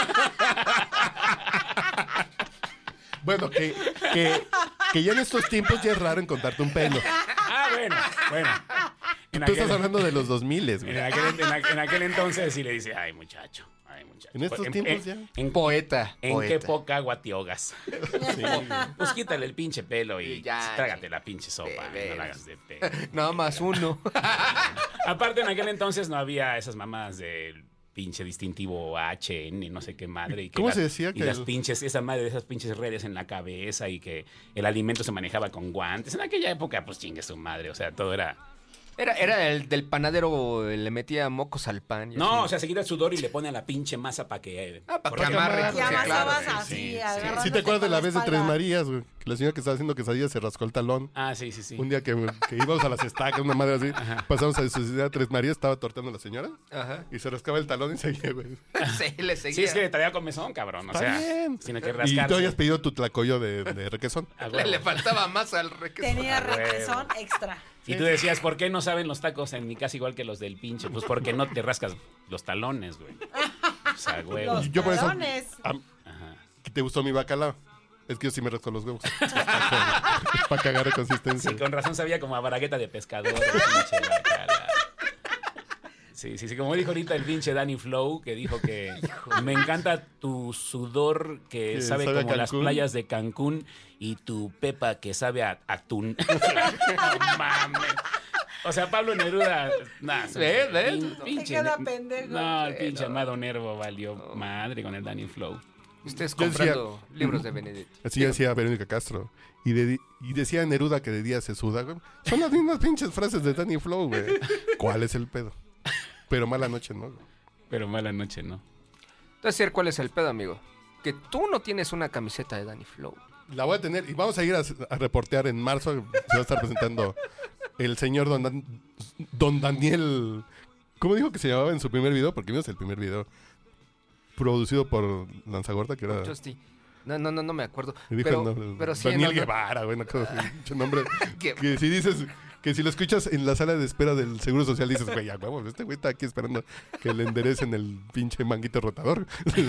Bueno, que, que, que ya en estos tiempos ya es raro encontrarte un pelo. Ah, bueno, bueno. En Tú estás aquel- hablando de los dos mil, En güey. aquel, en aquel- en aquel entonces sí le dice, ay, muchacho, ay, muchacho. En estos En- tiempos en- ya. En, Poeta. ¿En poeta. qué poca agua te ahogas? Pues quítale el pinche pelo y Y ya, trágate la pinche sopa. de No la veras. hagas de pedo. Nada más uno. Aparte, en aquel entonces no había esas mamadas del pinche distintivo H N, no sé qué madre. Y que ¿Cómo las- se decía Y que las el- pinches, esa madre de esas pinches redes en la cabeza y que el alimento se manejaba con guantes. En aquella época, pues chingue su madre. O sea, todo era... Era, era el del panadero, le metía mocos al pan. y No, así. o sea, se quita el sudor y le pone a la pinche masa para que... Ah, para por- que amarre. amarre. Y Sí, amasabas claro, así, sí, sí. agarrándote ¿Sí te acuerdas de con la vez de Tres espalda. Marías, güey? Que la señora que estaba haciendo quesadillas se rascó el talón. Ah, sí, sí, sí. Un día que, que íbamos a las estacas, una madre así, pasamos a la sociedad de Tres Marías, estaba torteando a la señora Ajá. y se rascaba el talón y seguía, güey. Sí, le seguía. Sí, es que le traía comezón, cabrón. O Está sea, bien. tiene que Y tú rascarse. habías pedido tu tlacoyo de, de requesón. A Le, huevo. le faltaba más al requesón. Tenía A huevo. requesón extra. Y tú decías, ¿por qué no saben los tacos en mi casa igual que los del pinche? Pues porque no te rascas los talones, güey. O sea, güey. Los Yo por eso- talones. Ah, Ajá. ¿qué te gustó mi bacalao? Es que yo sí me rasco los huevos. Para que agarre consistencia. Sí, con razón sabía como a baragueta de pescador. el pinche bacala. Sí, sí, sí, como dijo ahorita el pinche Danny Flow, que dijo que me encanta tu sudor que Que sabe, sabe a como las Cancún. playas de Cancún y tu pepa que sabe a atún. No mames. O sea, Pablo Neruda, nah, ¿Ves? ¿Ves? pin- pinche Te queda ne- pendejo. No, el Sí, pinche no. Amado Nervo valió madre con el Danny Flow. Ustedes Yo decía- comprando libros de Benedetti. Así decía Verónica Castro. Y, de- y decía Neruda que de día se suda, güey. Son las mismas pinches frases de Danny Flow, güey. ¿Cuál es el pedo? Pero mala noche, ¿no? güey? Pero mala noche, ¿no? Entonces, ¿cuál es el pedo, amigo? Que tú no tienes una camiseta de Danny Flow. La voy a tener y vamos a ir a, a reportear en marzo. Se va a estar presentando el señor Don, Dan- Don Daniel. ¿Cómo dijo que se llamaba en su primer video? Porque vimos el primer video producido por Lanzagorta, que era. Justi. No, no, no, no me acuerdo. y dijo Pero, el nombre, pero sí, Daniel no, no. Guevara, güey, una cosa así, mucho nombre. Que- Que si dices, que si lo escuchas en la sala de espera del Seguro Social, dices, güey, ya huevos, este güey está aquí esperando que le enderecen el pinche manguito rotador.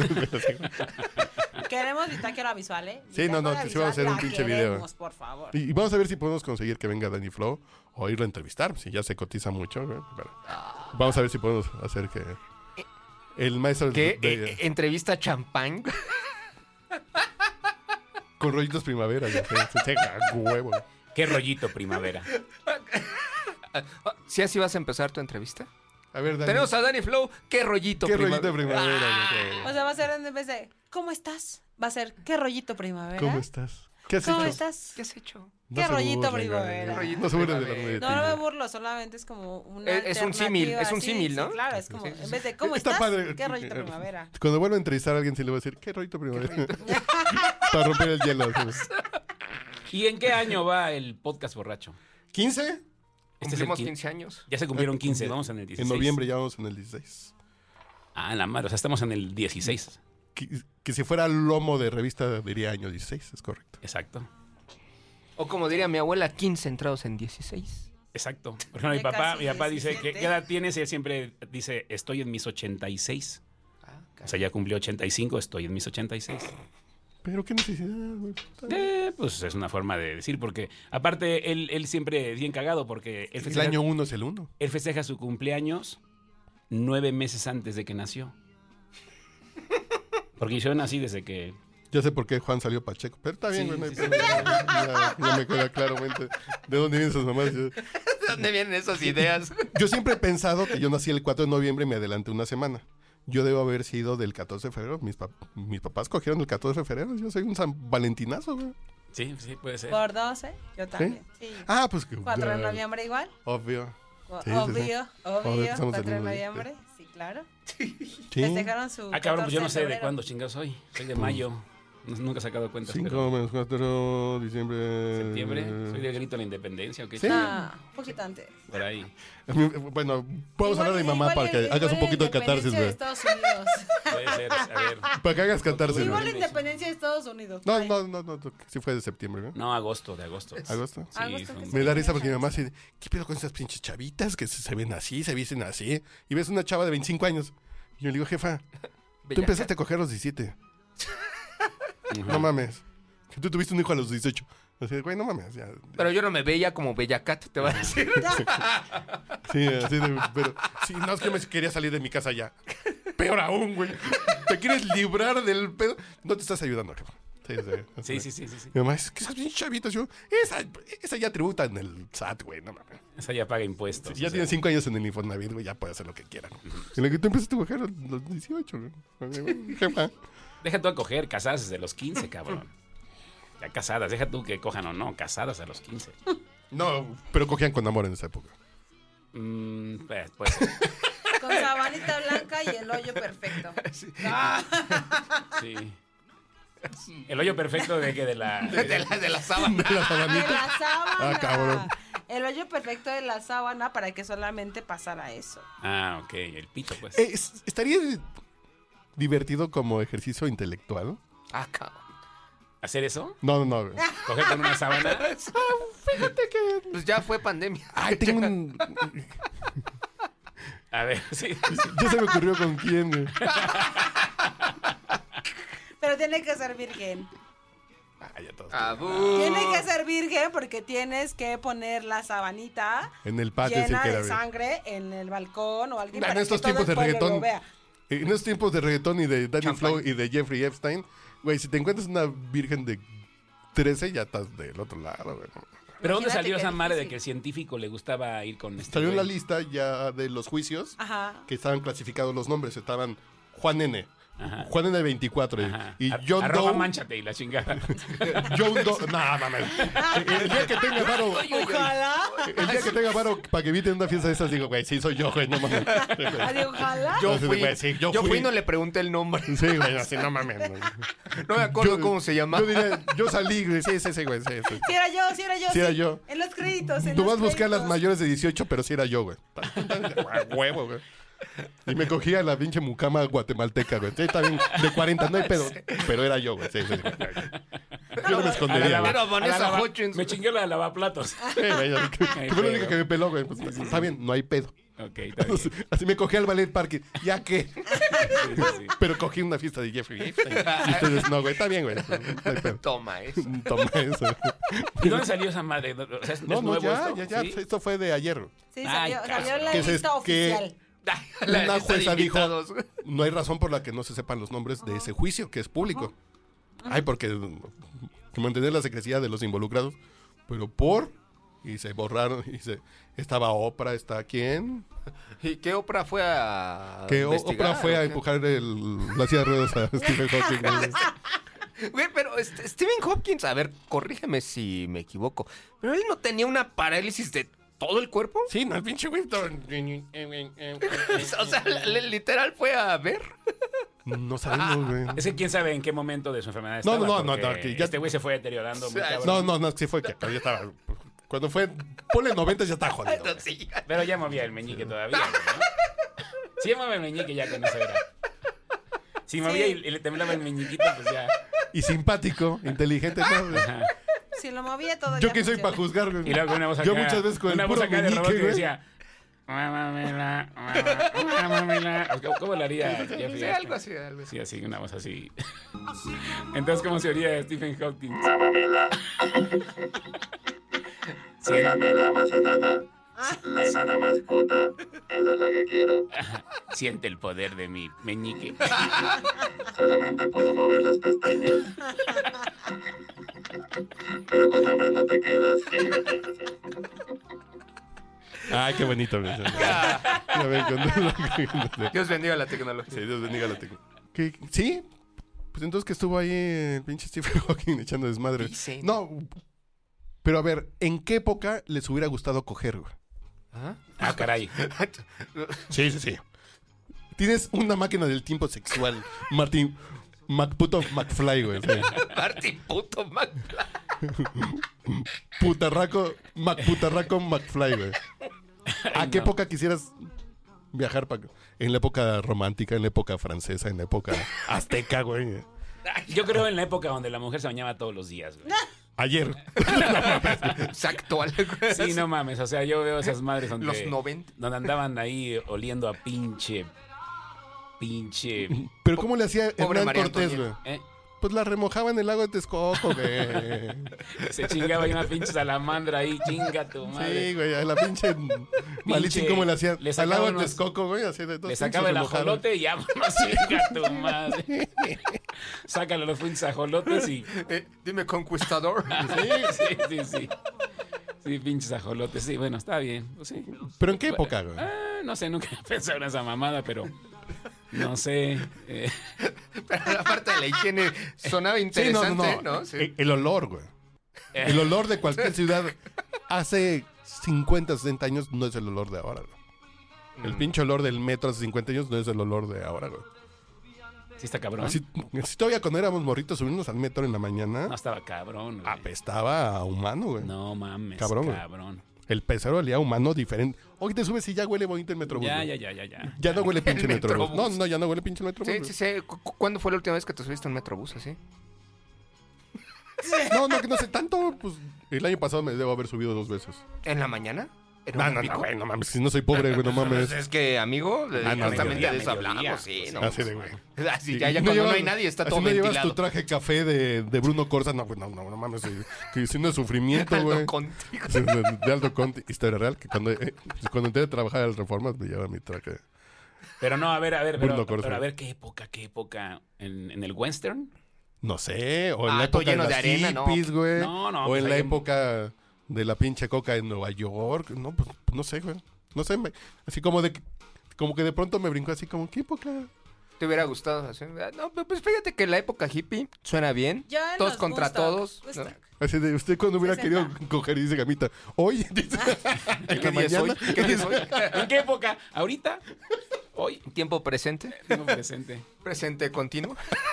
Queremos bitácora visual, ¿eh? Sí, no, no, Bitácora que sí vamos a hacer un visual, la pinche video. queremos, por favor. Y, y vamos a ver si podemos conseguir que venga Danny Flow o irlo a entrevistar, si ya se cotiza mucho. güey, pero vamos a ver si podemos hacer que el maestro ¿Qué? de- Eh, eh, ¿Entrevista champán? con rollitos primavera. ya, se- se- a huevo. Qué rollito primavera. ¿Sí así vas a empezar tu entrevista? A ver, Dani, Tenemos a Danny Flow. ¿Qué rollito ¿qué prima- rollito de primavera? güey? O sea, va a ser en vez de ¿cómo estás? Va a ser ¿qué rollito primavera? ¿Cómo estás? ¿Qué has ¿Cómo hecho? estás? ¿Qué has hecho? ¿Qué se rollito burlen, primavera? güey. Rollito No se burlen de la primavera. No, no me primavera. burlo, solamente es como una Es- es un símil, alternativa, es un sí, símil, sí, ¿no? claro, es como, Sí, sí, en vez de ¿cómo Está estás? padre. ¿Qué rollito primavera? Cuando vuelva a entrevistar a alguien, sí le voy a decir, ¿qué rollito primavera? Para romper el hielo. ¿sí? ¿Y en qué año va el podcast borracho? ¿quince? Este es el Cumplimos quin- quince años. Ya se cumplieron quince, vamos en el dieciséis. En noviembre ya vamos en el dieciséis. Ah, la madre, o sea, estamos en el dieciséis. que, que si fuera lomo de revista diría año dieciséis, es correcto. Exacto. O como diría mi abuela, quince entrados en dieciséis. Exacto. Por ejemplo, mi Ya papá, casi mi papá dice, ¿qué, diecisiete. ¿qué edad tienes? Y él siempre dice, estoy en mis ochenta y seis. O sea, ya cumplió ochenta y cinco, estoy en mis ochenta y seis. Pero qué necesidad, güey. Está bien. Eh, pues es una forma de decir, porque aparte él, él siempre es bien cagado, porque él El festeja, año uno es el uno. él festeja su cumpleaños nueve meses antes de que nació. Porque yo nací desde que... Ya sé por qué Juan salió Pacheco, pero está bien, Sí, güey. no hay sí, sí. problema. Ya, ya me queda claramente de dónde vienen esas mamás. Yo, ¿De dónde vienen esas ideas? yo siempre he pensado que yo nací el cuatro de noviembre y me adelanté una semana. Yo debo haber sido del catorce de febrero. Mis, pap- mis papás cogieron el catorce de febrero. Yo soy un San Valentinazo, güey. Sí, sí, puede ser. Por doce, yo también. Sí. Ah, pues que... cuatro de ya, noviembre igual. Obvio. O- Sí, sí, sí. obvio, Obvio, obvio. estamos cuatro de en el- noviembre, sí, claro. Sí. Festejaron su Ah, cabrón, pues yo no catorce sé de febrero. cuándo chingados soy. Soy de mayo. No- Nunca he sacado cuentas. cinco pero- menos cuatro, diciembre... ¿Septiembre? ¿Soy del grito de la independencia o qué? Sí. Ah, un poquito antes. Por ahí. Bueno, podemos hablar de mi mamá Igual- para que igual hagas un la poquito de catarsis, independencia de güey. Estados Unidos. Puede ser, a ver. Para que hagas catarsis, Igual la güey. independencia de Estados Unidos. No, Ay. no, no, no, no, sí fue de septiembre, ¿no? No, agosto, de agosto. ¿Agosto? Sí, Agosto fue que un- sí. Me da risa porque mi mamá así, ¿qué pedo con esas pinches chavitas que se, se ven así, se visten así? Y ves una chava de veinticinco años. Y yo le digo, jefa, tú empezaste a coger a los diecisiete. Ajá. No mames. Que tú tuviste un hijo a los dieciocho. Así, güey, no mames. Ya, ya. Pero yo no me veía como Bellacat, te va a decir. Sí, así de, pero sí, no es que me quería salir de mi casa ya. Peor aún, güey. ¿Te quieres librar del pedo? No te estás ayudando, jefa. Sí, sí, Sí, sí, sí, sí, sí. Mi mamá es que esas pinches chavitas, yo, esa, esa ya tributa en el S A T, güey, no mames. Esa ya paga impuestos. Si ya o sea. tiene cinco años en el Infonavit, güey, ya puede hacer lo que quiera. En lo que tú empezaste a coger a los dieciocho, güey. Jefa. Deja tú a coger, casadas desde los quince, cabrón. Ya casadas, deja tú que cojan o no, casadas a los quince. No, pero cogían con amor en esa época. Mm, pues, puede ser. Con sabanita blanca y el hoyo perfecto. Sí. El hoyo perfecto de que de la. De la, de la sábana. De la De sabanita. la sábana. Ah, cabrón. El hoyo perfecto de la sábana para que solamente pasara eso. Ah, ok, el pito, pues. Eh, es- estaría divertido como ejercicio intelectual. Ah, cabrón. ¿Hacer eso? No, no, no. güey. ¿Coger con una sábana? Fíjate que. Pues ya fue pandemia. Ay, tengo un. A ver, sí. Ya se me ocurrió con quién, güey. Pero tiene que ser virgen. Ah, ya todos. Abú. Tiene que ser virgen porque tienes que poner la sabanita En el patio sí llena que era de bien. sangre en el balcón o alguien En para estos que todo tiempos de el pueblo reggaetón. lo vea. En estos tiempos de reggaetón y de Danny Champagne. Flow y de Jeffrey Epstein, güey, si te encuentras una virgen de trece, ya estás del otro lado, güey. ¿Pero dónde Imagínate salió qué esa madre de difícil. que el científico le gustaba ir con este Salió en la güey? lista ya de los juicios Ajá. que estaban clasificados los nombres. Estaban Juan N. Ajá. Juan N veinticuatro Ajá. y Ar- John arroba Doe. manchate y la chingada. John Doe. No, mames. El día que tenga varo, Ojalá. el día que tenga varo para que eviten una fiesta de esas, digo, güey, sí soy yo, güey, no mames. Ay, ojalá. Yo Así de, fui, güey, sí, yo yo fui. fui y no le pregunté el nombre. Sí, güey, así, no mames. No, No me acuerdo Yo- cómo se llama. Yo diría, yo salí, güey, sí, sí, sí, güey, sí, sí. Si era yo, si era yo. Sí era yo. En los créditos. En Tú los vas a buscar a las créditos. mayores de dieciocho, pero sí era yo, güey. A huevo, güey. Y me cogía la pinche mucama guatemalteca, güey. Sí, está bien, de cuarenta, no hay pedo. Pero era yo, güey. Sí, sí, sí. Yo no me A la escondería, lava- güey. Era a la Vanessa lava- Hutchins. Me chingué la lavaplatos. Sí, güey, ya, que- que fue la única que me peló, güey. Pues, está bien, no hay pedo. Ok, está bien. Sí, Así me cogí al ballet parque. ¿Ya qué? sí, sí. Pero cogí una fiesta de Jeffrey Epstein. Y ustedes, no, güey, está bien, güey. No hay pedo. Toma eso. Toma eso. ¿Y dónde salió esa madre? O sea, ¿es, No, es no, nuevo ya, esto? ya, ya. ¿Sí? Esto fue de ayer. Sí, Ay, salió, cabrón. salió la Que se- lista que- oficial. La Una lista de jueza dijo, invitados. no hay razón por la que no se sepan los nombres de ese juicio, que es público. Ay, porque que mantener la secrecía de los involucrados, pero por... Y se borraron, y se... Estaba Oprah, ¿está quién? ¿Y qué Oprah fue a Que O- investigar, Oprah fue o a qué? empujar el, la silla de ruedas a Stephen Hawking. güey. Güey, pero este, Stephen Hopkins, a ver, corrígeme si me equivoco, pero él no tenía una parálisis de todo el cuerpo. Sí, no, el pinche güey. O sea, li- literal fue a ver. No sabemos, güey. Es que quién sabe en qué momento de su enfermedad No, estaba. no, no, porque no, que ya- Este güey se fue deteriorando muy Sí, cabrón. No, no, no, sí fue que ya estaba... Cuando fue... Ponle noventa ya está jodido. güey. Sí. Pero ya movía el meñique todavía, güey, ¿no? Sí, mueve el meñique ya con eso era. Si movía y, y le temblaba el meñiquito, pues ya. Y simpático, inteligente. ¿No? Ajá. Si lo movía todo Yo ya que soy funciona. para juzgar, güey. Y luego una voz acá, Yo muchas veces con una el voz puro acá de meñique, robot que güey. decía... Mámamela, mámamela. ¿Cómo, cómo lo haría Jeffrey? Sí, algo así, algo así. Sí, así, una voz así. Entonces, ¿cómo se oía Stephen Hawking? Siente el poder de mi meñique. Ay, qué bonito. güey. Ya ven, cuando- Dios bendiga la tecnología. Sí, Dios bendiga la tecnología. ¿Qué? ¿Sí? Pues entonces que estuvo ahí el pinche Stephen Hawking echando desmadre. Dicen. No, pero a ver, ¿en qué época les hubiera gustado coger, güey? ¿Ah? Ah, caray. Sí, sí, sí. Tienes una máquina del tiempo sexual, Martín McPuto McFly, güey. Sí. Marty puto Mac. Putarraco, McPutarraco McFly, güey. ¿A Ay, qué no. época quisieras viajar? Pa... En la época romántica, en la época francesa, en la época azteca, güey. Yo creo en la época donde la mujer se bañaba todos los días, güey. Ayer. Es actual. Sí, no mames. O sea, yo veo esas madres donde... Los noventa. Donde andaban ahí oliendo a pinche... Pinche... Pero ¿cómo le hacía Pobre Hernán María Cortés, güey? Antonieta. ¿eh? Pues la remojaba en el lago de Texcoco, güey. Se chingaba ahí una pinche salamandra ahí. Chinga tu madre. Sí, güey, a la pinche Malitzin, ¿cómo le hacían? le Al sacaba lago de unos- Texcoco, güey, así de dos Le sacaba el pinches remojados. ajolote y vámonos, chinga tu madre. Sácale los pinches ajolotes y... Eh, dime, conquistador. Sí, sí, sí, sí. Sí, pinches ajolotes. Sí, bueno, está bien. Pues sí. ¿Pero en qué época, güey? Ah, no sé, nunca he pensado en esa mamada, pero... No sé. eh, Pero la parte de la higiene sonaba Sí, no, interesante, no, ¿no? no. Sí. El, el olor, güey. El olor de cualquier ciudad hace cincuenta, sesenta años no es el olor de ahora, güey. El Mm. pinche olor del metro hace cincuenta años no es el olor de ahora, güey. Sí está cabrón. Así, así todavía cuando éramos morritos subirnos al metro en la mañana, No estaba cabrón, güey. apestaba a humano, güey. No mames, Cabrón, cabrón. güey. El pecero olía a humano diferente. Hoy te subes y ya huele bonito el metrobús. Ya, güey. ya, ya, ya, ya. Ya no huele pinche El metrobús. No, Metrobús. no, ya no huele pinche metrobús. Sí, güey. sí, sí. ¿Cu- cu- ¿Cuándo fue la última vez que te subiste a un metrobús así? No, no, que no sé tanto. Pues el año pasado me debo haber subido dos veces. ¿En la mañana? ¿En No, un no, pico? no, güey, no mames. Si no soy pobre, güey, no mames. Pues es que, amigo, Ah, no, justamente mediodía, de eso mediodía, hablamos, sí. pues, no, Así de, güey. Así, ya, ya No cuando llevas- no hay nadie, está así todo no llevas ventilado. tu traje café de, de Bruno Corsa. No, güey, no, no, no mames. eh, Que si no es sufrimiento, Aldo güey. Contigo. Sí, De, de Aldo Conti. Historia real. Que cuando, eh, pues, cuando entré a trabajar en las reformas me llevaba mi traje. Pero no, a ver, a ver, pero, Bruno Corsa. pero a ver qué época, qué época. ¿En, en el western? No sé. O en Ah, la todo época de lleno las de arena, no. hippies, güey. No, no, O pues en la ahí- época de la pinche coca en Nueva York. No, pues no sé, güey. No sé. me- así como de... que- Como que de pronto me brincó así como, ¿qué época? ¿Te hubiera gustado? Así? Ah, No, pues fíjate que la época hippie suena bien. Ya en Todos los contra Woodstock, todos. ¿no? Woodstock. Así de, usted cuando hubiera sesenta. querido coger y dice Gamita, hoy, dice, en ¿Qué la día es hoy? mañana. ¿Qué día es hoy? ¿En qué época? ¿Ahorita? ¿Hoy? Tiempo presente. Tengo presente. Presente continuo.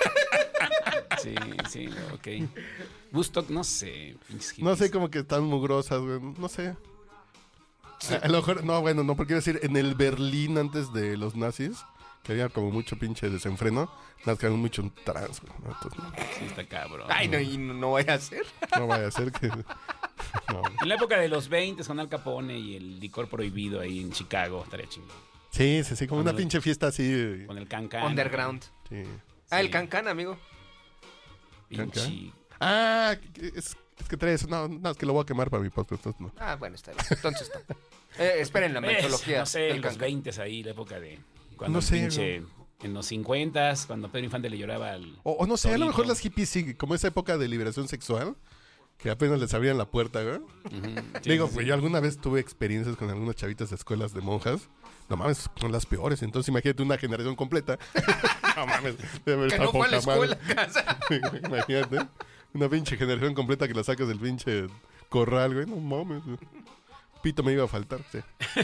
Sí, sí, ok. Woodstock, no sé. pinches No sé, hippies. como que están mugrosas, güey. No sé. A, a lo mejor, no, bueno, no, porque iba a decir, en el Berlín antes de los nazis, que había como mucho pinche desenfreno, nazcaron mucho un trans, güey. ¿no? Entonces, no, Sí, está cabrón. Ay, no, y no, no vaya a ser. no vaya a ser que... no. En la época de los veinte con Al Capone y el licor prohibido ahí en Chicago, estaría chingón. Sí, sí, sí, como una Cuando- pinche fiesta así. Con el cancan. Underground. Sí. Ah, el Sí. cancán, amigo. Pinche. Ah, es, es que traes, no, no, es que lo voy a quemar para mi podcast, entonces no. Ah, bueno, está bien. Entonces está. Eh, esperen la Es, metodología. no sé, del en los cancán. veinte ahí, la época de. Cuando No el sé, pinche. En los cincuenta, cuando Pedro Infante le lloraba al. O, o no sé, a lo Torito. mejor las hippies sí, como esa época de liberación sexual, que apenas les abrían la puerta, güey. Ujú, sí, Digo, sí, pues sí. yo alguna vez tuve experiencias con algunas chavitas de escuelas de monjas. No mames, son las peores. Entonces imagínate una generación completa. No mames, debe haber Que estado no fue a la poca madre. escuela, casa. Imagínate. Una pinche generación completa que la sacas del pinche corral, güey. No mames. güey. Pito me iba a faltar, sí.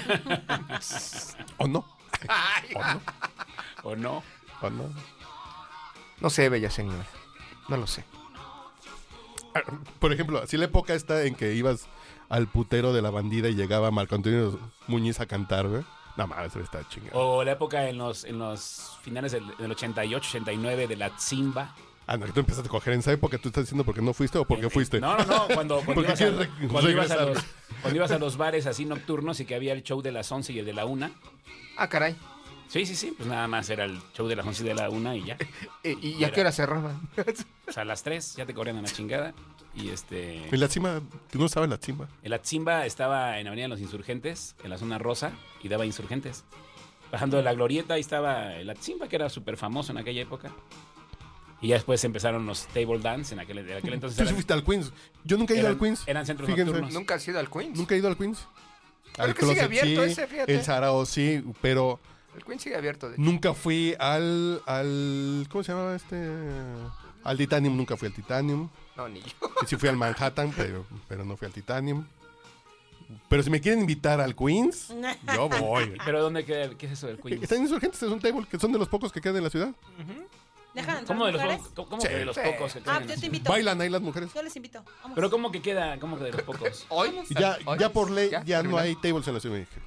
¿O no? Ay, ¿O no? ¿O no? ¿O no? no sé, bella señora. No lo sé. Ah, por ejemplo, así la época está en que ibas al putero de la bandida y llegaba Marco Antonio Muñiz a cantar, güey. No mames, debe estar chingado. O la época en los, en los finales del, del ochenta y ocho, ochenta y nueve de la Tzimba. Ah, no, que tú empezaste a coger en esa época. ¿Tú estás diciendo porque no fuiste o porque En- fuiste? No, no, no. Cuando, cuando, Porque ibas, a, quieres re- cuando, ibas a regresar. los, cuando ibas a los bares así nocturnos y que había el show de las once y el de la una. Ah, caray. Sí, sí, sí. Pues nada más era el show de las once y de la una y ya. ¿Y, y a qué hora cerraban? O sea, a las tres ya te corrían a la chingada. Y este... En la cima, tú no sabes la chimba. El Atzimba estaba en Avenida de los Insurgentes, en la zona rosa, y daba Insurgentes. Bajando de la Glorieta, ahí estaba el Atzimba, que era súper famoso en aquella época. Y ya después empezaron los table dance, en aquel, en aquel entonces. Tú sí eran- fuiste al Queens. Yo nunca he ido eran- al Queens. Eran centros Fíjense. nocturnos. ¿Nunca has ido al Queens? Nunca he ido al Queens. Creo Al que sigue Closet abierto sí, ese, fíjate. el Sarao sí, pero El Queens sigue abierto, de hecho. nunca fui al, al... ¿Cómo se llamaba este? Al Titanium, nunca fui al Titanium. No, ni yo. Y sí fui al Manhattan, pero, pero no fui al Titanium. Pero si me quieren invitar al Queens, yo voy. ¿Pero dónde queda? ¿Qué es eso del Queens? Están insurgentes, es un table que son de los pocos que quedan en la ciudad. ¿Dejan entrar ¿Cómo de los, mujeres? pocos- cómo- cómo Sí. que de los Sí. pocos que Ah, quedan yo en te la- invito. Bailan ahí las mujeres. Yo les invito. Vamos. Pero ¿cómo que queda? ¿Cómo que de los pocos? ¿Hoy? Y ya, ¿Hoy? ya por ley, ¿Ya? ya, no ¿Terminó? hay tables en la Ciudad de México.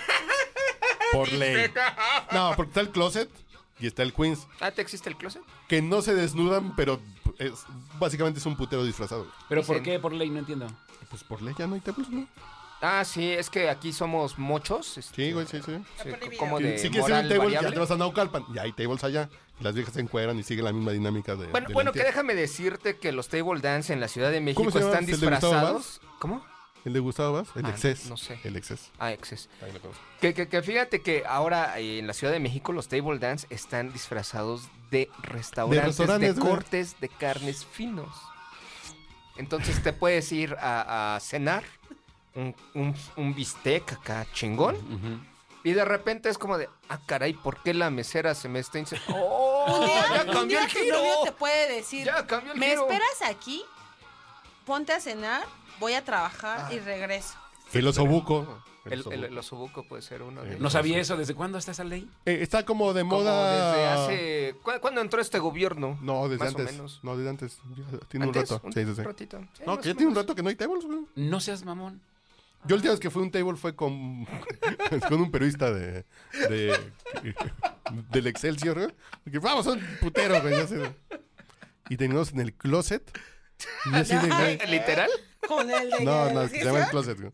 Por ley. No, porque está el Closet y está el Queens. Ah, ¿te existe el closet? Que no se desnudan, pero es, básicamente es un putero disfrazado. ¿Pero por Dicen- qué? Por ley, no entiendo. Pues por ley ya no hay tables, ¿no? Ah, sí, es que aquí somos mochos. este, Sí, güey, sí, sí. sí, prohibido. como Si de si quieres ir a moral un table, ya variable. te vas a Naucalpan. Y hay tables allá. Y las viejas se encueran y siguen la misma dinámica de. Bueno, de la bueno, que entidad. déjame decirte que los table dance en la Ciudad de México ¿Cómo se llama? están ¿El de Gustavo disfrazados. ¿Cómo? ¿El de Gustavo Vaz? El Ah, Excess. no sé. El Excess. Ah, exes. Ahí lo conozco. Que, que, que fíjate que ahora eh, en la Ciudad de México los table dance están disfrazados de restaurantes de, restaurantes, güey. cortes de carnes finos. Entonces te puedes ir a, a cenar un, un, un bistec acá chingón Ujú. y de repente es como de, ah, caray, ¿por qué la mesera se me está inse- ¡Oh! Un día, ¡Ya un cambió día el tu giro! novio te puede decir, ¡Ya cambió el ¿me giro! esperas aquí? Ponte a cenar, voy a trabajar y regreso. El osobuco. El, osobuco. el, el osobuco puede ser uno de Eh, No sabía eso. ¿Desde cuándo está esa ley? Eh, está como de Como moda. desde hace... ¿cu- ¿Cuándo entró este gobierno? No, desde Más o antes. menos. No, desde antes. Ya tiene ¿Antes? un rato. Un Sí, sí, sí. ratito. Sí, No, más que ya o tiene un menos. rato que no hay tables, güey. No seas mamón. Yo la última vez que fui a un table fue con, con un periodista de, de del Excelsior, güey. Que vamos, son puteros, güey. ya sé. Y terminamos en el Closet. Y así de, güey, ¿Literal? Con el de... no, no, se llama el Closet, güey.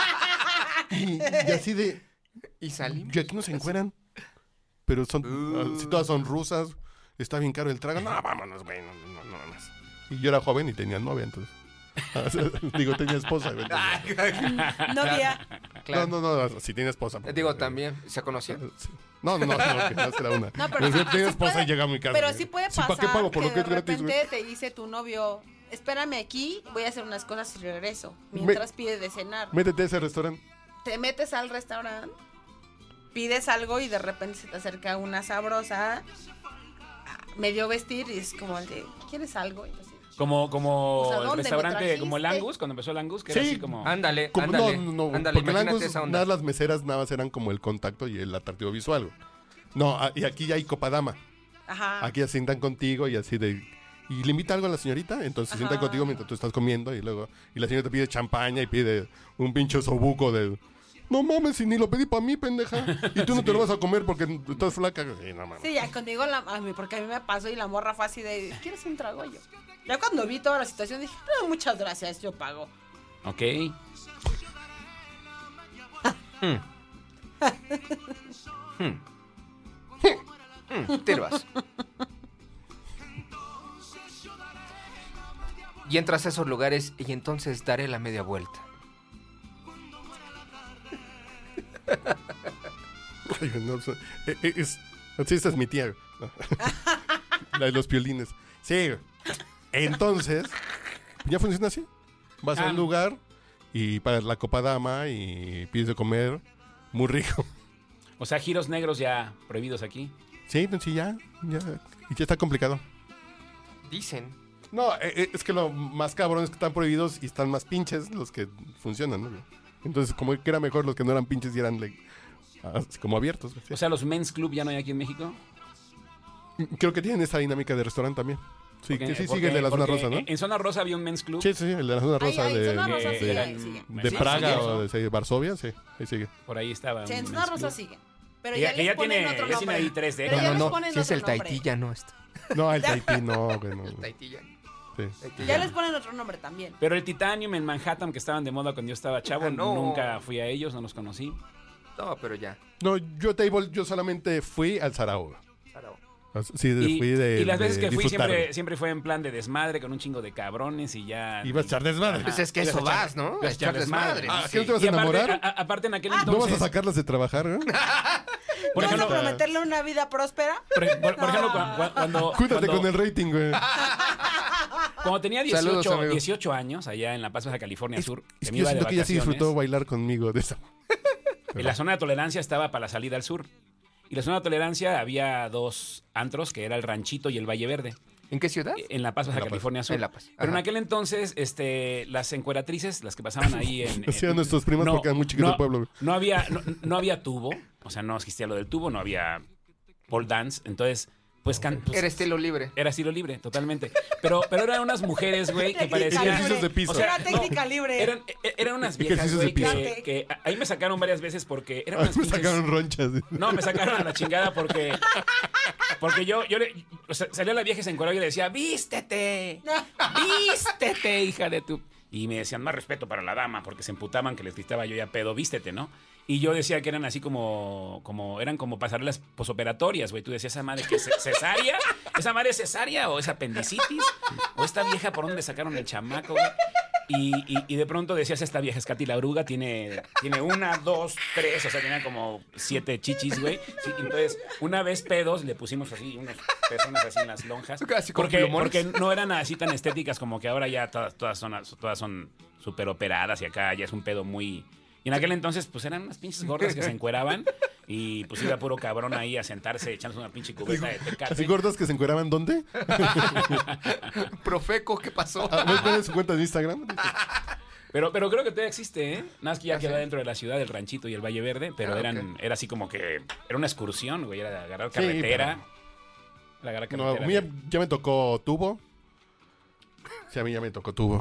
Y, y así de, Y salimos. y aquí no se encueran. Pero son, Uh. si todas son rusas, está bien caro el trago. No, vámonos, güey, no, no, no, no más. Y yo era joven y tenía novia, entonces. Digo, tenía esposa, güey. Novia. Claro. No, no, no, si tiene esposa. Eh, Digo, también, ¿se conocían? Sí. No, no, no, no, que no será una. No, pero Yo sí- tengo sí esposa puede- y llega a mi casa. Pero güey. sí puede Sí, pasar ¿para qué pago? Por que lo que de es gratis, güey. repente te dice tu novio, espérame aquí, voy a hacer unas cosas y regreso. Mientras pide de cenar. Métete a ese restaurante. Te metes al restaurante, pides algo y de repente se te acerca una sabrosa, medio vestir y es como el de, ¿quieres algo? Y así, Como, como Pues, ¿a el dónde me restaurante, como el trajiste? Angus, cuando empezó el Angus, que Sí. era así como... Ándale, Como- ándale. no, no, ándale, porque en imagínate Angus esa nada onda. las meseras nada más eran como el contacto y el atractivo visual. güey. No, a- y aquí ya hay copadama. Ajá. Aquí ya se sientan contigo y así de... Y le invita algo a la señorita, entonces se sientan Ajá. contigo mientras tú estás comiendo y luego... Y la señorita pide champaña y pide un pinche sobuco de... No mames, si ni lo pedí para mí, pendeja. Y tú no te lo vas a comer porque estás flaca. Sí, no mames. Sí, ya conmigo, la, a mí, porque a mí me pasó y la morra fue así de, ¿quieres un trago? Yo. Ya cuando vi toda la situación dije, no, muchas gracias, yo pago. Ok. Mm, te vas. Y entras a esos lugares y entonces daré la media vuelta. Ay, no, o sea, eh, eh, es, sí, esta es mi tía. güey. La de los piolines. Sí. güey. Entonces, ya funciona así. Vas a Ah. un lugar y pagas la copa dama y pides de comer muy rico. O sea, giros negros ya prohibidos aquí. Sí, entonces sí, ya, ya. Y ya está complicado. Dicen. No, eh, eh, es que lo más cabrón es que están prohibidos y están más pinches los que funcionan, ¿no? Entonces, como que era mejor los que no eran pinches y eran like, así como abiertos. güey, sí. O sea, los men's club ya no hay aquí en México. Creo que tienen esa dinámica de restaurante también. Sí, Porque- que sí porque- sigue el de la zona porque rosa, ¿no? En Zona Rosa había un men's club. Sí, sí, el de la zona Ay, rosa ay, de, Zona Rosa de, sigue, de, sigue. de Sí, Praga sigue o eso. de, sí, Varsovia, sí, ahí sigue. Por ahí estaba. Sí, en un Zona men's Rosa club. sigue. Pero Que ya, ya- que les ya ponen tiene- otro ya tiene nombre. ahí tres Pero décadas. ya No, les no, ponen si es otro el nombre. Tahití ya no está. No, el Tahití no, güey, no. Tahití ya. Sí. Tahití Ya les ponen otro nombre también. Pero el Titanium en Manhattan, que estaban de moda cuando yo estaba chavo, Ah, no. nunca fui a ellos, no los conocí. No, pero ya. No, yo table, yo solamente fui al Sarao. Sarao. Sí, Y, fui de y las veces de que fui disfrutar, siempre, güey. siempre fue en plan de desmadre con un chingo de cabrones y ya. Ibas a echar desmadre. Pues es que eso vas, ¿no? Vas A echar desmadre. Ah, Sí. ¿qué no te vas Y a aparte, enamorar? a- a- aparte en aquel Ah, ¿No vas entonces. a sacarlas de trabajar, eh? Por ¿Vas a ejemplo, prometerle una vida próspera? por, por- por ejemplo, cu- cu- cuando. Cuídate cuando- con el rating, güey. Cuando tenía Saludos, dieciocho, amigo. dieciocho años, allá en La Paz, Baja California Sur, Es que que me yo iba de siento que ella sí vacaciones, disfrutó bailar conmigo de esa. y la zona de tolerancia estaba para la salida al sur. Y la zona de tolerancia había dos antros, que era el Ranchito y el Valle Verde, ¿En qué ciudad? en La Paz, Baja En La Paz. California Sur. En La Paz. Pero en Ajá. aquel entonces, este, las encueratrices, las que pasaban ahí en... Así eran en- nuestros primos porque eran muy chiquitos no, del pueblo, güey. No había, no, no había tubo, o sea, no existía lo del tubo, no había pole dance, entonces, pues... can- pues, Era estilo libre. Era estilo libre, totalmente. Pero, pero eran unas mujeres, güey, que Técnica parecían... Ejercicios de piso. O sea, Era técnica no, libre. Eran, e- eran unas viejas, Ejercicios güey, de que, piso. que a- ahí me sacaron varias veces porque eran A mí unas me pinches- sacaron ronchas. No, me sacaron a la chingada porque... Porque yo, yo le, o sea, salía la vieja y se encueraba y le decía, vístete, vístete, hija de tu... Y me decían, más respeto para la dama, porque se emputaban que les gritaba yo ya pedo, vístete, ¿no? Y yo decía que eran así como, como eran como pasarelas posoperatorias, güey. Tú decías, esa madre que es cesárea, esa madre es cesárea o es apendicitis, o esta vieja por dónde sacaron el chamaco, güey. Y, y, y de pronto decías, esta vieja es Katy la Bruga, tiene, tiene una, dos, tres, o sea, tenía como siete chichis, güey. Sí, entonces, una vez pedos, le pusimos así, unas personas así en las lonjas. Así con Porque, plumones. porque no eran así tan estéticas como que ahora ya todas, todas son todas son súper operadas y acá ya es un pedo muy... Y en aquel entonces, pues eran unas pinches gordas que se encueraban y pues iba puro cabrón ahí a sentarse echándose una pinche cubeta de tecate. Así gordas que se encueraban, ¿dónde? Profeco, ¿qué pasó? A ver, ¿cuál es su cuenta de Instagram? Pero, pero creo que todavía existe, ¿eh? Nada más que ya ¿Ah, queda sí? dentro de la ciudad, el Ranchito y el Valle Verde, pero Ah, eran, ok. era así como que... Era una excursión, güey, era de agarrar Sí, carretera. Era agarrar No, carretera. a mí ya, ya me tocó tubo. Sí, a mí ya me tocó tubo.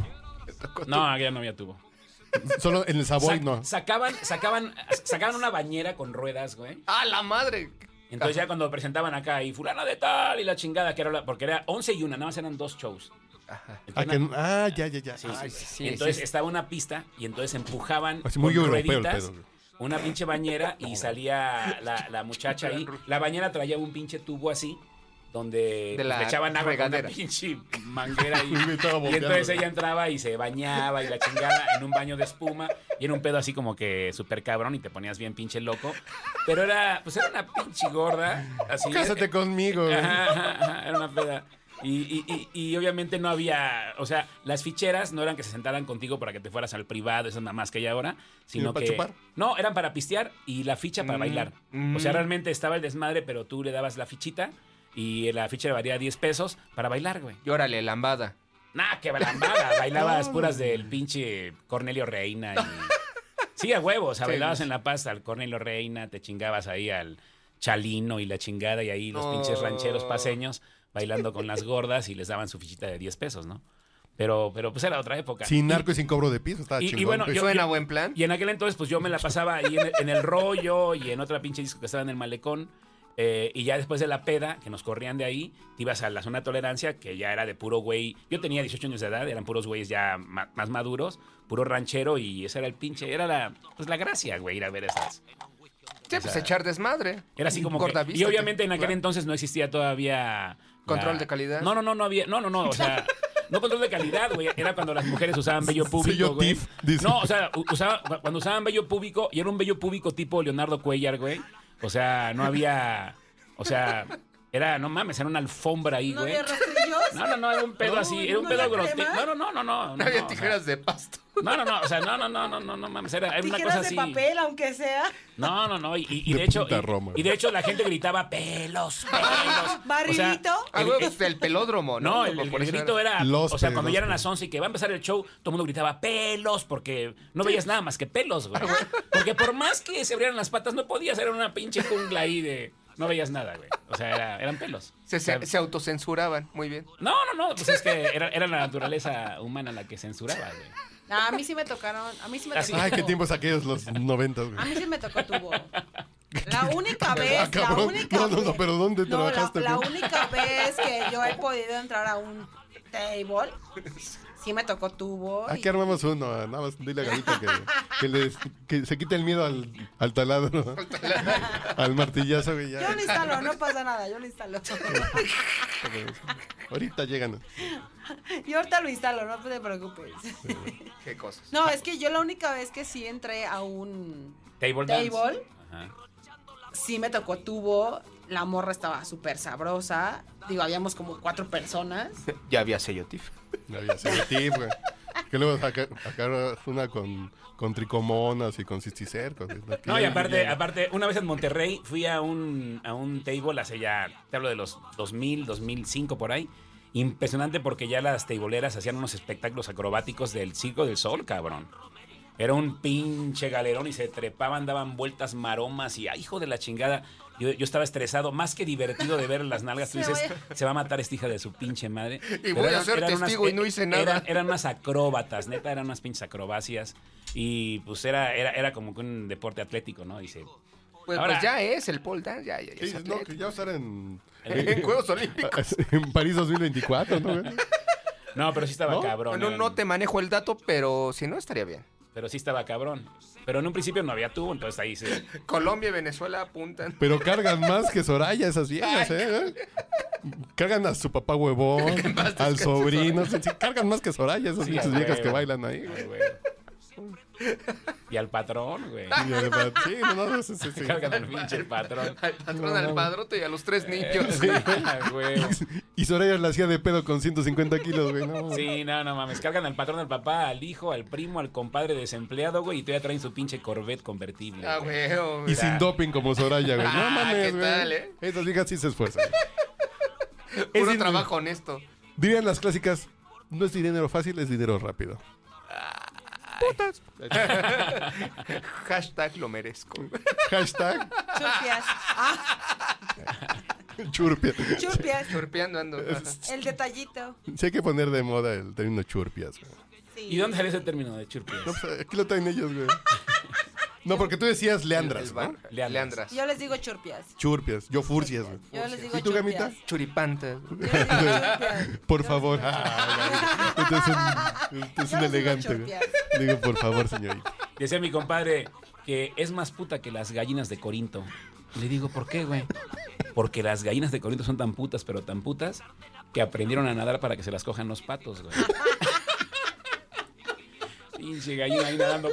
No, aquella no había tubo. Solo en el Savoy, Sac- no. Sacaban, sacaban, sacaban una bañera con ruedas, güey. ¡Ah, la madre! Entonces ya cuando presentaban acá y fulana de tal y la chingada, que era la- porque era once y una, nada más eran dos shows. Ajá. Ah, Entonces, que- ah, ya, ya, ya. Sí, Ay, sí. sí, sí, Entonces sí. estaba una pista y entonces empujaban Así muy con europeo el rueditas pedo, güey. una pinche bañera y salía la, la muchacha ahí. La bañera traía un pinche tubo así donde De la le echaban agua con regadera. una pinche manguera y, Y estaba y bombeando, entonces güey. ella entraba y se bañaba y la chingada en un baño de espuma y era un pedo así como que súper cabrón y te ponías bien pinche loco. Pero era, pues era una pinche gorda. Así, Cásate conmigo, güey. Ajá, ajá, ajá, era una peda. Y, y, y, y obviamente no había, o sea, las ficheras no eran que se sentaran contigo para que te fueras al privado, esas mamás que hay ahora, sino para que... chupar? No, eran para pistear y la ficha para Mm, bailar. mm. O sea, realmente estaba el desmadre, pero tú le dabas la fichita y la ficha valía diez pesos para bailar, güey. Y órale, lambada. Nah, que balambada, bailabas puras del pinche Cornelio Reina y... Sí, a huevos, o sea, Sí, bailabas sí. en La Paz al Cornelio Reina, te chingabas ahí al Chalino y la chingada y ahí los pinches Oh. rancheros paseños bailando con las gordas y les daban su fichita de diez pesos, ¿no? Pero, pero pues era otra época. Sin Y- narco y sin cobro de piso. Estaba y- y chingón. bueno, güey. yo- ¿Suena buen plan? Y en aquel entonces, pues yo me la pasaba ahí en el, en el rollo y en otra pinche disco que estaba en el malecón. eh, y ya después de la peda, que nos corrían de ahí, te ibas a la zona de tolerancia, que ya era de puro güey. Yo tenía dieciocho años de edad, eran puros güeyes ya ma- más maduros, puro ranchero, y ese era el pinche, era la, pues la gracia, güey, ir a ver esas. Sí, pues echar desmadre. Era así como Gorda que, vista, y obviamente en claro. aquel entonces no existía todavía... ¿Control la- de calidad? No, no, no, no había, no, no, no, o sea... No control de calidad, güey. Era cuando las mujeres usaban vello público, Sello güey. T I F, dice. No, o sea, u- usaba, cu- cuando usaban vello público, y era un vello público tipo Leonardo Cuellar, güey. O sea, no había... O sea, era, no mames, era una alfombra ahí, ¿No güey. había rastrillos? No, no, no, era un pedo No, así, era un ¿no pedo había grotesco. crema? No, no, no, no, no. No no, había o sea, tijeras de pasto. No, no, no, o sea, no, no, no, no, no, no mames, era, era una cosa Tijeras así. de papel, aunque sea. No, no, no, y, y- y De de hecho, puta y, Roma. y de hecho la gente gritaba pelos, pelos. Barrilito. Ah, güey, pues el pelódromo, ¿no? No, el, el Por eso grito era, Los o sea, cuando pelos, ya eran güey. las once y que va a empezar el show, todo el mundo gritaba pelos porque no veías nada más que pelos, güey. Porque por más que se abrieran las patas, no podías, era una pinche jungla ahí de... no veías nada, güey. O sea, era- eran pelos. Se, O sea, se, se autocensuraban, muy bien. No, no, no, pues es que era, era la naturaleza humana la que censuraba, güey. No, a mí sí me tocaron, a mí sí me Así. tocó Ay, qué tubo. tiempos aquellos, los noventas, güey. A mí sí me tocó tubo. La única Ah, vez, la cabrón. única No, no, no, vez- pero ¿dónde No, la, trabajaste, la güey? única vez que yo he podido entrar a un table, sí me tocó tubo. y- Aquí armamos uno, nada más dile a Gavita que, que, le- que se quite el miedo al, al taladro, al martillazo, güey. Ya. Yo lo instalo, no pasa nada, yo lo instalo. Ahorita llegan. Yo ahorita lo instalo, no te preocupes. Qué cosas. No, es que yo la única vez que sí entré a un Table dance. table, Ajá. sí me tocó tubo. La morra estaba súper sabrosa. Digo, habíamos como cuatro personas. Ya había sello T I F. No había sido tip, güey. Que luego acá, acá una con, con tricomonas y con cisticercos. No, y aparte, aparte, una vez en Monterrey fui a un, a un table hace ya, te hablo de los dos mil, dos mil cinco por ahí. Impresionante porque ya las tableeras hacían unos espectáculos acrobáticos del Circo del Sol, cabrón. Era un pinche galerón y se trepaban, daban vueltas maromas y, ay, hijo de la chingada. Yo, yo estaba estresado, más que divertido de ver las nalgas. Tú Se dices, voy se va a matar esta hija de su pinche madre. Y Pero voy a eran- ser eran testigo y no hice nada. Eran, eran unas acróbatas, neta, eran unas pinches acrobacias. Y pues era, era, era como que un deporte atlético, ¿no? Dice, Pues, Ahora- pues ya es el pole dance, ya, ya, ya Sí, es no, atleta. que ya va a estar en, En Juegos Olímpicos. en París dos mil veinticuatro, ¿no, güey? no, pero sí estaba ¿No? cabrón. Bueno, eran- no te manejo el dato, pero si no, estaría bien. Pero sí estaba cabrón. Pero en un principio no había tubo, entonces ahí se... Colombia y Venezuela apuntan. Pero cargan más que Soraya esas viejas, ¿eh? Cargan a su papá huevón, al sobrino. Sí, sí, cargan más que Soraya esas Sí, pinches a viejas huevo. que bailan ahí, güey. Ay, güey. Y al patrón, güey. Y además, sí, no, no, sí, sí, sí. Cargan al pinche patrón. Al patrón, al padrote y a los tres niños. Sí, güey. Y Soraya la hacía de pedo con ciento cincuenta kilos, güey. No, Sí, no, no mames. Cargan al patrón, al papá, al hijo, al primo, al compadre desempleado, güey. Y todavía traen su pinche Corvette convertible. Ah, güey. güey. Y sin doping como Soraya, güey. No Ah, mames, ¿qué güey. tal, eh? Esas viejas sí se esfuerzan. Puro Es- trabajo honesto. Dirían las clásicas, no es dinero fácil, es dinero rápido. Putas. Hashtag lo merezco. Hashtag Churpias. Ah, churpia. churpias. Chorpeando ando. Ajá. El detallito. Sí hay que poner de moda el término churpias, güey. Sí. ¿Y dónde sale ese término de churpias? No, pues aquí lo traen ellos, güey. No, porque tú decías leandras, El ¿no? bar- Leandras. Leandras. Yo les digo churpias. Churpias, yo furcias, güey. Yo les digo ¿Y tú, churpias. Gamita? Churipantas. Yo les digo churpias. Por favor. Ah, este es un, este es Yo un les digo elegante, güey. churpias. Digo, por favor, señorita. Decía mi compadre que es más puta que las gallinas de Corinto. Y le digo, ¿por qué, güey? Porque las gallinas de Corinto son tan putas, pero tan putas, que aprendieron a nadar para que se las cojan los patos, güey. Pinche gallina ahí nadando.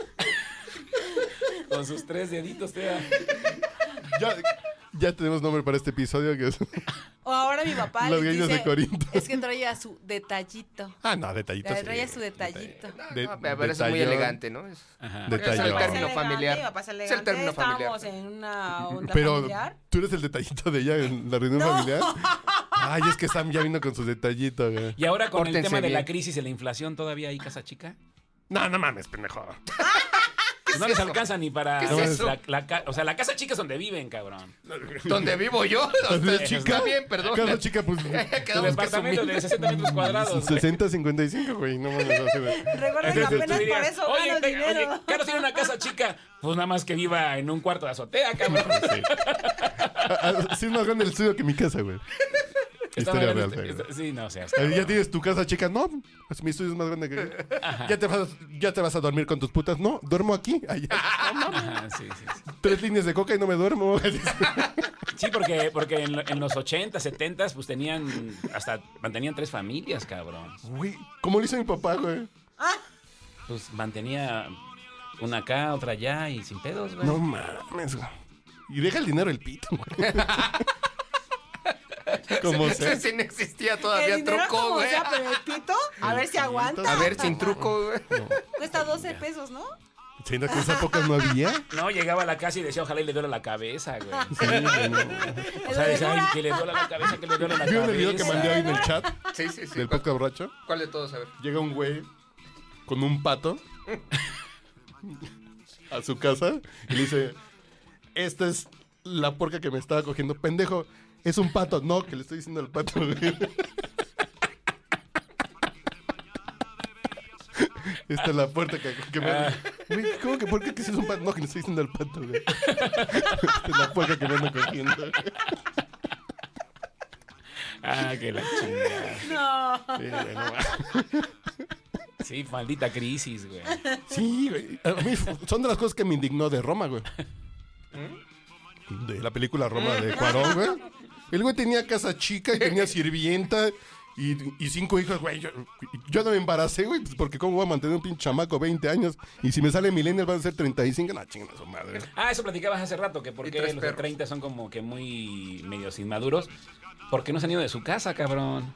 Con sus tres deditos, tía. Ya, ya tenemos nombre para este episodio, que es... O ahora mi papá Las les gallinas dice, de Corinto. es que traía su detallito. Ah, no, detallitos. sí. Traía su detallito. De- No, pero eso es muy detallón. elegante, ¿no? Es, Ajá. Detallón. es el Papá término elegante, familiar. mi papá es Es el elegante, término Estábamos familiar. en una onda Pero, familiar. ¿tú eres el detallito de ella en la reunión No. familiar? Ay, es que Sam ya vino con sus detallitos, güey. Y ahora con el Pórtense tema de la bien. crisis y la inflación, ¿todavía hay casa chica? No, no mames, pendejo. Pues no les alcanza ni para... ¿Qué es la- eso? la- la ca- o sea, la casa chica es donde viven, cabrón. donde vivo yo. O sea, ¿Casa chica? Está bien, perdón. Casa chica, pues... Tu Quedamos que departamento asumir. de sesenta metros cuadrados, güey. sesenta cincuenta y cinco, güey. No mames, así de- Recuerden que Entonces, tú apenas por dirías, eso oye, gano te- dinero. oye, Carlos tiene una casa chica. Pues nada más que viva en un cuarto de azotea, cabrón. Sí. Ah, ah, sí es más grande el estudio que mi casa, güey. Está Historia mal, real, este- güey. este- Sí, no, o sea, está Ah, ¿Ya cabrón. tienes tu casa chica? No, pues mi estudio es más grande que... ¿Ya te, vas, ¿Ya te vas a dormir con tus putas? No, duermo aquí. Allá. Ajá, sí, sí, sí. Tres líneas de coca y no me duermo. Sí, porque, porque en, lo- en los ochenta, setenta, pues tenían, hasta mantenían tres familias, cabrón. Güey, ¿cómo lo hizo mi papá, güey? Pues mantenía una acá, otra allá y sin pedos, güey. No mames, güey. Y deja el dinero el pito, güey. Como sea. Ese sí no existía El todavía dinero truco, como güey. sea, pero el pito, a ver si aguanta. A ver, sin truco, güey. Cuesta doce pesos, ¿no? Siendo que en esa época no había. No, llegaba a la casa y decía, ojalá y le duela la cabeza, güey. Sí, güey, no. O sea, decía, ay, que le duela la cabeza, que le duela la ¿Vieron cabeza. el video que mandé ahí en el chat Sí, sí, sí. del ¿Cuál, podcast borracho? cuál de todos? A ver. Llega un güey con un pato a su casa y le dice, esta es la puerca que me estaba cogiendo, pendejo, es un pato. No, que le estoy diciendo al pato, güey. Esta es la puerta que, que me... Ah. Güey, ¿cómo que por qué que si es un pato? No, que le estoy diciendo al pato, güey. Esta es la puerca que me ando cogiendo, güey. Ah, que la chingada. No. Sí, güey, no mames. Sí, maldita crisis, güey. Sí, güey. A mí son de las cosas que me indignó de Roma, güey. De la película Roma de Cuarón, güey. El güey tenía casa chica y tenía sirvienta y, y cinco hijos, güey. Yo, yo no me embaracé, güey, pues porque cómo voy a mantener un pinche chamaco veinte años y si me sale millennial van a ser treinta y cinco. No, chingan a su madre. Ah, eso platicabas hace rato, que por Y qué tres los de perros. treinta son como que muy medios inmaduros. Porque no se han ido de su casa, cabrón.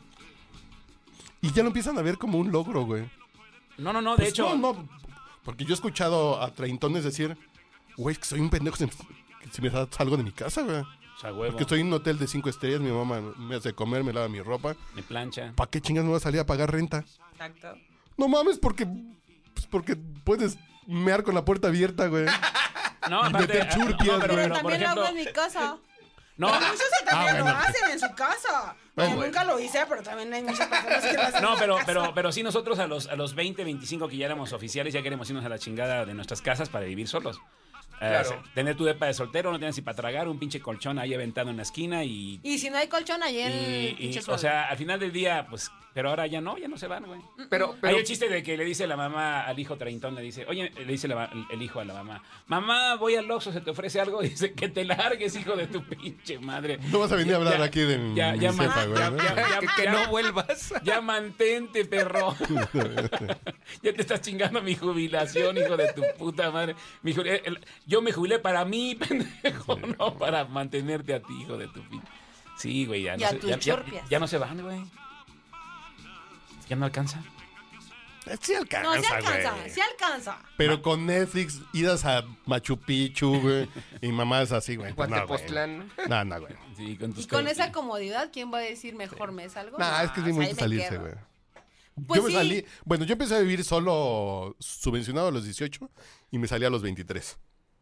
Y ya lo empiezan a ver como un logro, güey. No, no, no, de Pues hecho... no, no, porque yo he escuchado a treintones decir, güey, es que soy un pendejo si, si me salgo de mi casa, güey. O sea, huevo, Porque estoy en un hotel de cinco estrellas, mi mamá me hace comer, me lava mi ropa. me plancha. ¿Para qué chingas me voy a salir a pagar renta? Exacto. No mames, porque pues porque puedes mear con la puerta abierta, güey. No, Y meter ah, churpias, no, pero, güey. pero, por También lo ejemplo... hago en mi casa. No, Pero muchos sí también Ah, lo bueno. hacen en su casa. Bueno. Yo nunca lo hice, pero también hay muchas personas que lo hacen no, en su pero, casa. pero, pero sí nosotros a los, a los veinte, veinticinco que ya éramos oficiales, ya queremos irnos a la chingada de nuestras casas para vivir solos. Eh, Claro. tener tu depa de soltero, no tienes ni para tragar, un pinche colchón ahí aventado en la esquina y... Y si no hay colchón ahí en el y- y, pinche o suelo. sea, al final del día, pues... Pero ahora ya no, ya no se van, güey. Pero, Hay pero el chiste de que le dice la mamá al hijo treintón, le dice, oye, le dice la- el hijo a la mamá, mamá, voy al Oxxo, ¿se te ofrece algo? Y dice, que te largues, hijo de tu pinche madre. No vas a venir a hablar Ya- aquí de mi ya, ya, cepa, man- güey, ya- ¿no? ya- ya- que, que ya- no vuelvas. ya mantente, perro. Ya te estás chingando mi jubilación, hijo de tu puta madre. Mi ju- el- el- yo me jubilé para mí, pendejo, no para mantenerte a ti, hijo de tu pinche. Sí, güey, ya, Y no a se, tus ya, ya- chorpias. ya no se van, güey. Ya no alcanza. Sí alcanza, No, sí alcanza, güey. sí alcanza. Pero con Netflix, idas a Machu Picchu, güey, y mamás así, güey. Pues no, güey. Guatepostlán. No, no, güey. Sí, con tus Y con co- esa comodidad, ¿quién va a decir mejor me salgo? No, es que es o sea, muy ahí me salirse, quedo. güey. Pues yo me sí. salí, bueno, yo empecé a vivir solo subvencionado a los dieciocho y me salí a los veintitrés.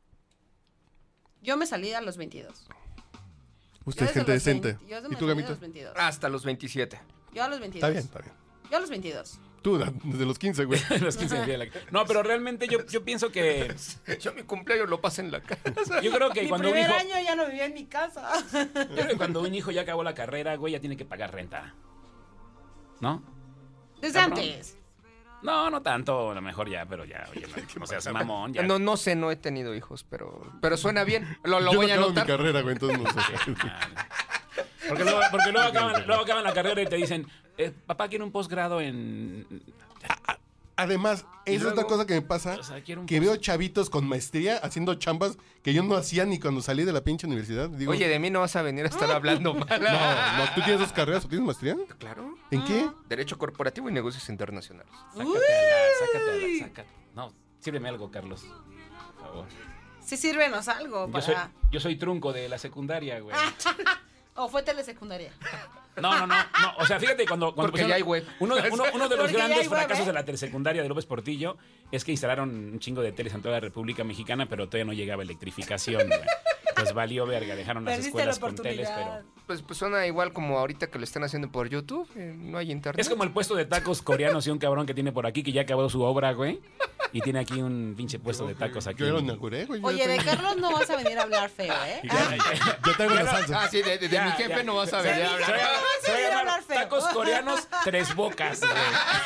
Yo me salí a los veintidós. Usted es Yo gente desde los decente. veinte yo ¿Y me tú, salí a Gamita? los veintidós. Hasta los veintisiete. Yo a los veintidós. Está bien, está bien. Yo a los veintidós. Tú, desde los quince, güey. los quince días de la- No, pero realmente yo, yo pienso que... Yo mi cumpleaños lo pasé en la casa. Yo creo que Mi cuando un primer hijo... año ya no vivía en mi casa. Yo creo que cuando un hijo ya acabó la carrera, güey, ya tiene que pagar renta. ¿No? Desde Cabrón. antes. No, no tanto, a lo mejor ya, pero ya, oye, no, no seas mamón, ya. No, no sé, no he tenido hijos, pero, pero suena bien. Lo, lo yo voy no a acabo mi anotar. carrera, güey, entonces no sé. Porque luego, porque luego, acaban, luego acaban la carrera y te dicen, eh, papá quiere un posgrado en... Además, Y esa es luego, otra cosa que me pasa, o sea, quiero un que post- veo chavitos con maestría haciendo chambas que yo no hacía ni cuando salí de la pinche universidad. Digo, Oye, de mí no vas a venir a estar hablando mal. no, no, ¿tú tienes dos carreras o tienes maestría? Claro. ¿En qué? Derecho corporativo y negocios internacionales. Sácatela, sácatela, sácatela. No, sírveme algo, Carlos. Por favor. Sí, sírvenos algo Yo para... soy, yo soy trunco de la secundaria, güey. O fue telesecundaria. No, no, no, no. O sea, fíjate, cuando... cuando Porque ya hay web. Uno, uno, uno de los Porque ya grandes hay web, fracasos ¿eh? de la telesecundaria de López Portillo es que instalaron un chingo de teles en toda la República Mexicana, pero todavía no llegaba electrificación, güey. Pues valió verga, dejaron las Perdiste la escuelas con teles, oportunidad. pero... Pues, pues suena igual como ahorita que lo están haciendo por YouTube. eh, no hay internet. Es como el puesto de tacos coreanos y un cabrón que tiene por aquí que ya acabó su obra, güey. Y tiene aquí un pinche puesto de tacos aquí. Yo ya lo inauguré, güey. yo Oye, ya de tengo- Carlos no vas a venir a hablar feo, ¿eh? Y ya- ya- Ya traigo la no- salsa. Ah, sí, de, de- de Ya, mi jefe ya. no vas a Se- venir a se- hablar. se- vas se a va venir a llamar hablar feo. Tacos coreanos, tres bocas, güey.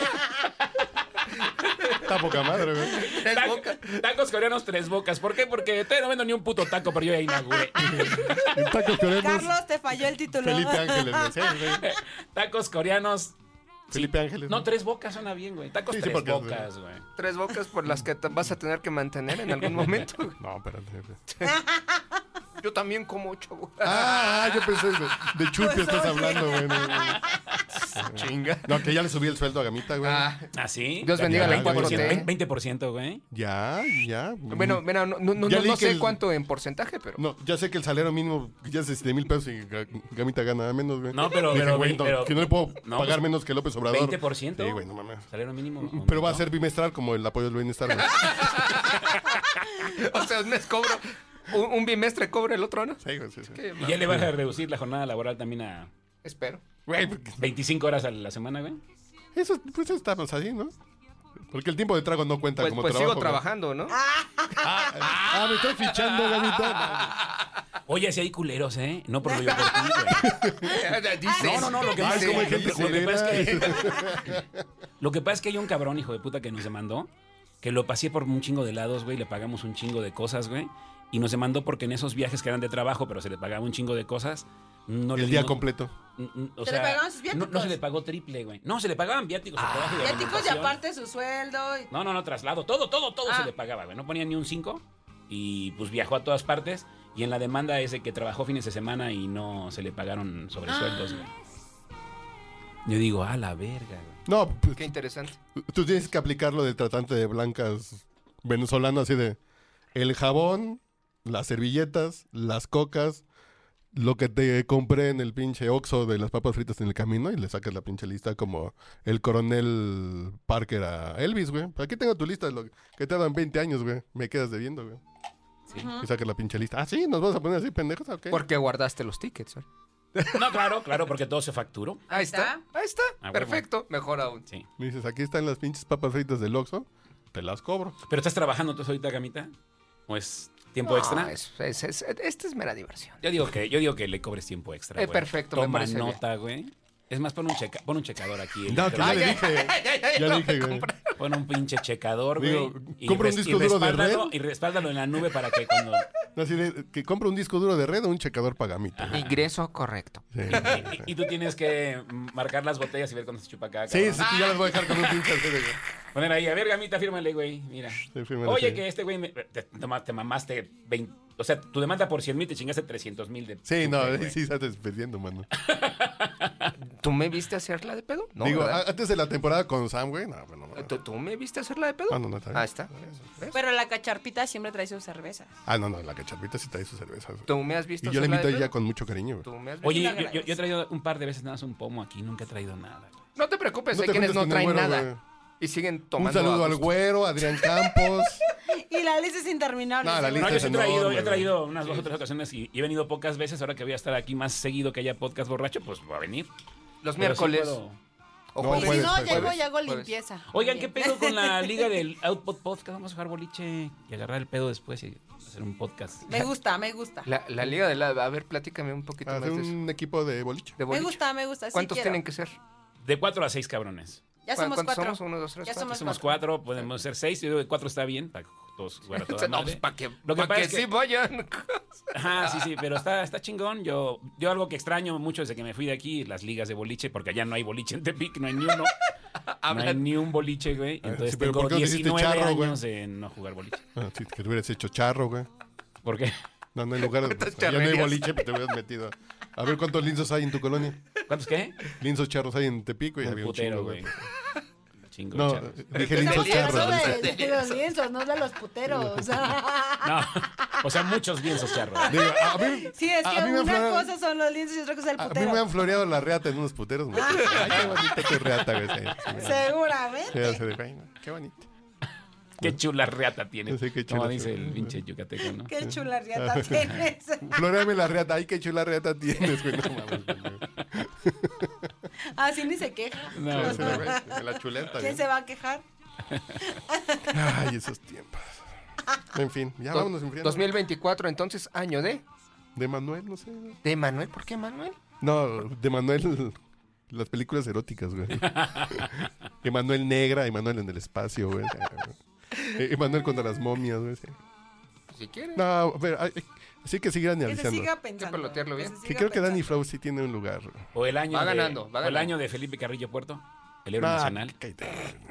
Está poca madre, güey. Tres Ta- bocas. Tacos coreanos, tres bocas. ¿Por qué? Porque todavía no vendo ni un puto taco, pero yo ya inauguré. En tacos coreanos, Carlos, te falló el título. Felipe Ángeles, güey. Sí, güey. Tacos coreanos. Felipe Ángeles. No, tres bocas suena bien, güey. Tacos Sí, sí, tres porque- bocas, güey. Tres bocas por las que te vas a tener que mantener en algún momento. No, espérate. espérate. Yo también como ocho, güey. Ah, yo pensé de, de churpia estás hablando, güey. No, no. Chinga. No, que ya le subí el sueldo a Gamita, güey. Ah, ¿Ah, sí? Dios bendiga la veinte por ciento, cuatro T. veinte por ciento, güey. Ya, ya. bueno, mira, no, no, no, Ya no, leí no que sé el- cuánto en porcentaje, pero... No, ya sé que el salario mínimo ya es de siete mil pesos y Ga- Gamita gana menos, güey. No, pero- Dije, pero- güey, no, pero- que no le puedo no, pagar pues, menos que López Obrador. veinte por ciento. Sí, güey, no mames. Salario mínimo. Pero va a ¿no? ser bimestral como el apoyo del bienestar, güey. O sea, un mes cobro un, un bimestre cobra el otro, ¿no? Sí, güey, sí, sí. Qué Y ya le vas a reducir la jornada laboral también a Espero. Güey, porque- veinticinco horas a la semana, güey. eso, pues estamos así, ¿no? Porque el tiempo de trago no cuenta Pues, como pues trabajo. sigo güey. trabajando, ¿no? Ah, me estoy fichando, Gamita. Oye, si hay culeros, ¿eh? No por lo yo por ti, güey. Dices. No, no, no, lo que Ah, pasa es ¿cómo hay que, gente lo que pasa es que- culera? lo que pasa es que hay un cabrón, hijo de puta, que nos demandó, que lo pasé por un chingo de lados, güey, le pagamos un chingo de cosas, güey, y nos demandó porque en esos viajes que eran de trabajo, pero se le pagaba un chingo de cosas, no le El día dimos- completo. n- n- O ¿Se le sea, pagaban sus no, no viáticos? se le pagó triple, güey. No, se le pagaban viáticos. al trabajo y Viáticos y alimentación. aparte su sueldo. y- No, no, no, traslado. Todo, todo, todo Ah. se le pagaba, güey. No ponía ni un cinco. Y pues viajó a todas partes. Y en la demanda ese que trabajó fines de semana y no se le pagaron sobresueldos, Ah. güey. Yo digo, a la verga, güey. No, pues, Qué interesante. tú tienes que aplicar lo del tratante de blancas venezolano, así de el jabón, las servilletas, las cocas, lo que te compré en el pinche Oxxo de las papas fritas en el camino y le sacas la pinche lista como el coronel Parker a Elvis, güey. Aquí tengo tu lista de lo que te dan veinte años, güey. Me quedas debiendo, güey. Sí. Y sacas la pinche lista. Ah, sí, nos vamos a poner así pendejos, ¿ok? ¿Por qué guardaste los tickets? ¿eh? No, claro, claro, porque todo se facturó. Ahí está. Ahí está. Ah, huevo. Perfecto. Mejor aún. Sí. Me dices, aquí están las pinches papas fritas del Oxxo, te las cobro. ¿Pero estás trabajando tú ahorita, Gamita? ¿O es tiempo extra? No, es, es, es, esta es mera diversión. Yo digo que, yo digo que le cobres tiempo extra, Eh, güey. perfecto, me Toma parece bien. nota, güey. Es más, pon un, checa, pon un checador aquí. No, que ya electrónico. le dije. Ya le dije, güey. Pon un pinche checador, güey. Digo, y compra un res- disco y duro de respáldalo- red. Y respáldalo en la nube para que cuando... No, así de, que compra un disco duro de red o un checador pagamita. Ingreso correcto. Sí, Y, y tú tienes que marcar las botellas y ver cuándo se chupa acá. sí, sí, que ya las voy a dejar con un pinche así de, güey. Poner ahí, a ver, Gamita, fírmale, güey. Mira. Sí, fírmale, Oye, sí. que este güey me- te, te ma- te mamaste veinte... O sea, tu demanda por cien mil te chingaste trescientos mil de... Sí, no, chupe, güey. sí estás perdiendo, mano. ¿Tú me viste hacerla de pedo? No, Digo, ¿verdad? a- antes de la temporada con Sam, güey, no, bueno, no. ¿Tú, tú me viste hacerla de pedo? Ah, no, no, está bien. Ahí está. ¿Ves? Pero la cacharpita siempre trae sus cervezas. Ah, no, no, la cacharpita sí trae sus cervezas. ¿Tú me has visto Y yo la hacerla invito de a ella pedo? con mucho cariño, güey. ¿Tú me has visto? Oye, Le yo, yo- yo he agradezco. traído un par de veces nada más un pomo aquí. Nunca he traído nada. güey. No te preocupes, No hay te quienes juntes no con el traen güero, nada. güey. Y siguen Un tomando. saludo a al gusto. güero, Adrián Campos. Y la lista es interminable. No, la seguro. No, lista yo es sí he traído, enorme, yo he güey. traído unas dos o tres ocasiones y, y he venido pocas veces. Ahora que voy a estar aquí más seguido que haya podcast borracho, pues voy a venir. Los Pero sí miércoles. puedo- o No, jueves. Y si jueves, no, jueves, llego jueves. y hago Jueves. limpieza. Oigan, ¿qué También. pedo con la liga del Output Podcast? Vamos a jugar boliche y agarrar el pedo después y hacer un podcast. Me gusta, me gusta. La, la liga de la... A ver, platícame un poquito Hacer más de eso. un equipo de boliche. De Me boliche. gusta, me gusta. Sí ¿Cuántos quiero. tienen que ser? De cuatro a seis cabrones. Ya somos ¿Cuántos cuatro. somos? Uno, dos, tres, Ya cuatro. somos Somos cuatro. cuatro, podemos ser seis. Yo digo que cuatro está bien para todos jugar a toda No, madre. pues para que, Lo que pa' pasa que es que- sí vayan. Ajá, sí, sí, pero está, está chingón. Yo, yo algo que extraño mucho desde que me fui de aquí, las ligas de boliche, porque allá no hay boliche en Tepic, no hay ni uno. No hay ni un boliche, güey. Entonces sí, pero tengo ¿por qué no te hiciste diecinueve charro, güey? años de no jugar boliche. Ah, sí, que te hubieras hecho charro, güey. ¿Por qué? No, no hay lugar. ¿Cuántas Ya no hay charrerías? boliche, pero te hubieras metido. A ver cuántos linzos hay en tu colonia. ¿Cuántos qué? Linzos charros hay en Tepico y Un había un putero, chingo, güey. güey. Chingo No, de charros. dije Estamos linzos charros. hablando dice. de- de los lienzos, no de los puteros. No, o sea, muchos lienzos charros. Digo, a mí, Sí, es a- que a mí me una han flore- cosa son los lienzos y otra cosa el a mí putero. me han floreado la reata en unos puteros. güey. Ay, qué bonita tu reata, güey. Sí, sí, sí. Seguramente. Sí, así de, güey, qué bonito. Qué chula reata tiene. Sí, qué Como chula. dice el pinche yucateco, ¿no? Qué chula riata tienes. Floreame la reata. Ay, qué chula reata tienes, güey. No mames, güey. Así ni se queja. No, Sí, güey, me la chuleta, ¿Quién güey. se va a quejar? Ay, esos tiempos. En fin, ya Do- vámonos enfriando. dos mil veinticuatro, entonces, año de... De Manuel, no sé. güey. ¿De Manuel? ¿Por qué Manuel? No, de Manuel, las películas eróticas, güey. Emanuel Negra, Emanuel en el espacio, güey. Eh, Emanuel contra las momias, güey. Sí. Si quieren. No, a ver, hay- sí que sigan Que se analizando. siga pensando. pelotearlo bien. se Que siga creo que Danny pensando. Flow sí tiene un lugar. O el año Va de, ganando, va o el ganando. año de Felipe Carrillo Puerto, el héroe Ah, nacional. cállate.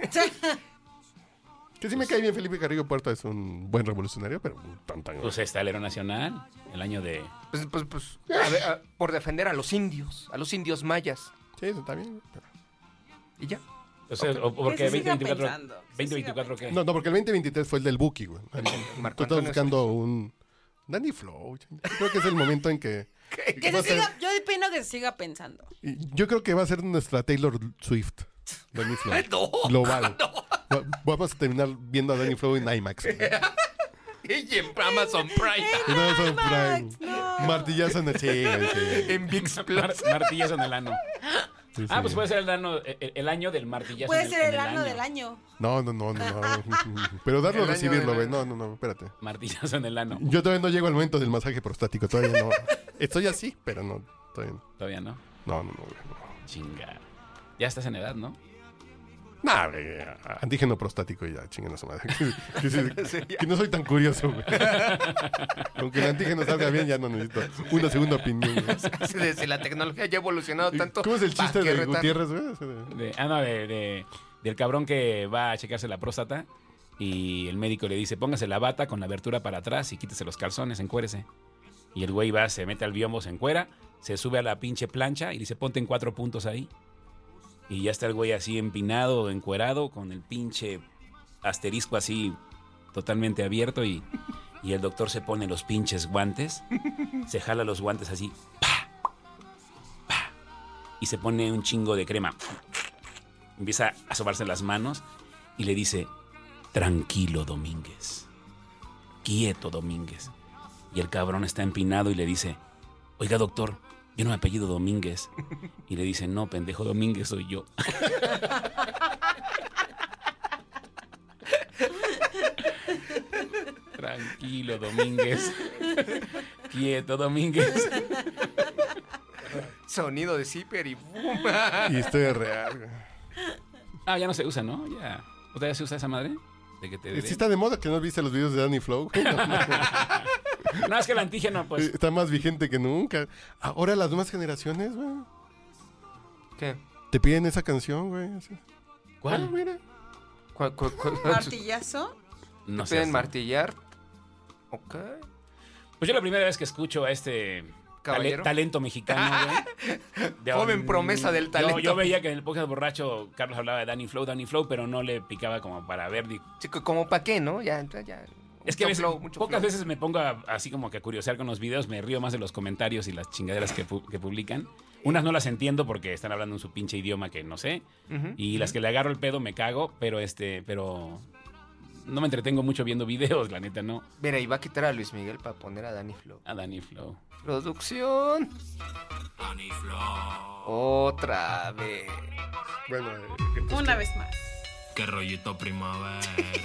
Que sí me cae bien Felipe Carrillo Puerto, es un buen revolucionario, pero un tan tan. Pues está el héroe nacional, el año de... Pues, pues, pues, a ver, a- por defender a los indios, a los indios mayas. Sí, eso está bien. pero- Y ya. O sea, o- o Que porque se siga veinte veinticuatro... pensando, que se veinte siga veinticuatro ¿qué? No, no, porque el veinte veintitrés fue el del Buki, güey. El- el Marco Tú estás Antonio buscando un. Danny Flow. Yo creo que es el momento en que. Que va a se ser- siga, yo opino que se siga pensando. y yo creo que va a ser nuestra Taylor Swift. Danny Flow. No, Global. Va- Vamos a terminar viendo a Danny Flow en IMAX. güey. Y en Amazon Prime. Y no son Max, Prime. no. Martillazo en el... Sí, güey, sí. En VIX Plus. Mar- martillazo en el ano. Sí, Ah, sí. pues puede ser el, ano, el, el año del martillazo Puede en el, ser en el ano del año. No, no, no, no, no. Pero darlo o El año recibirlo, de güey. la- No, no, no, espérate. Martillazo en el ano. Yo todavía no llego al momento del masaje prostático, todavía no. Estoy así, pero no, todavía no. Todavía no. No, no, no, güey, no. Chinga. Ya estás en edad, ¿no? Nah, güey, antígeno prostático y ya, chinguen a su madre. Que, que- que no soy tan curioso, güey. Aunque el antígeno salga bien, ya no necesito una segunda opinión, güey. Así de, si la tecnología ya ha evolucionado tanto. ¿Cómo es el ¿pa' chiste qué de retar? Gutiérrez, güey? Ese de- De, ah, no, de, de- del cabrón que va a checarse la próstata y el médico le dice, póngase la bata con la abertura para atrás y quítese los calzones, encuérese. Y el güey va, se mete al biombo, se encuera, se sube a la pinche plancha y dice, ponte en cuatro puntos ahí. Y ya está el güey así empinado, encuerado, con el pinche asterisco así totalmente abierto y, y el doctor se pone los pinches guantes, se jala los guantes así, ¡pa! ¡pa! Y se pone un chingo de crema. Empieza a sobarse las manos y le dice, tranquilo, Domínguez. Quieto, Domínguez. Y el cabrón está empinado y le dice, oiga, doctor, yo no me apellido Domínguez. Y le dice, no, pendejo, Domínguez soy yo. Tranquilo, Domínguez. Quieto, Domínguez. Sonido de zipper y boom. Y estoy real, güey. Ah, ya no se usa, ¿no? Ya. ¿O todavía se usa esa madre? De que te Sí está de moda que no viste los videos de Danny Flow. güey. No, no. No, es que el antígeno, pues... Está más vigente que nunca. Ahora las nuevas generaciones, güey, ¿Qué? te piden esa canción, güey. así. Ah, ¿Cuál? mira. ¿Cuál, cuál, cuál? Martillazo. No ¿Te sé. piden martillar? Ok. Pues yo la primera vez que escucho a este tale- Caballero. talento mexicano, güey. de- Joven promesa del yo- talento. Yo, veía que en el podcast borracho Carlos hablaba de Danny Flow, Danny Flow, pero no le picaba como para ver. di- Chico, ¿como para qué, no? Ya, ya. Es que a Mucho veces- flow, mucho pocas flow. veces me pongo a- así como que a curiosear con los videos, me río más de los comentarios y las chingaderas que, pu- que publican. Unas no las entiendo porque están hablando en su pinche idioma que no sé. Ujú. Y las que le agarro el pedo me cago, pero este, pero no me entretengo mucho viendo videos, la neta, no. Mira, y va a quitar a Luis Miguel para poner a Danny Flow. A Danny Flow. Producción. Otra vez. Bueno, eh, entonces, Una vez más. Qué rollito primavera.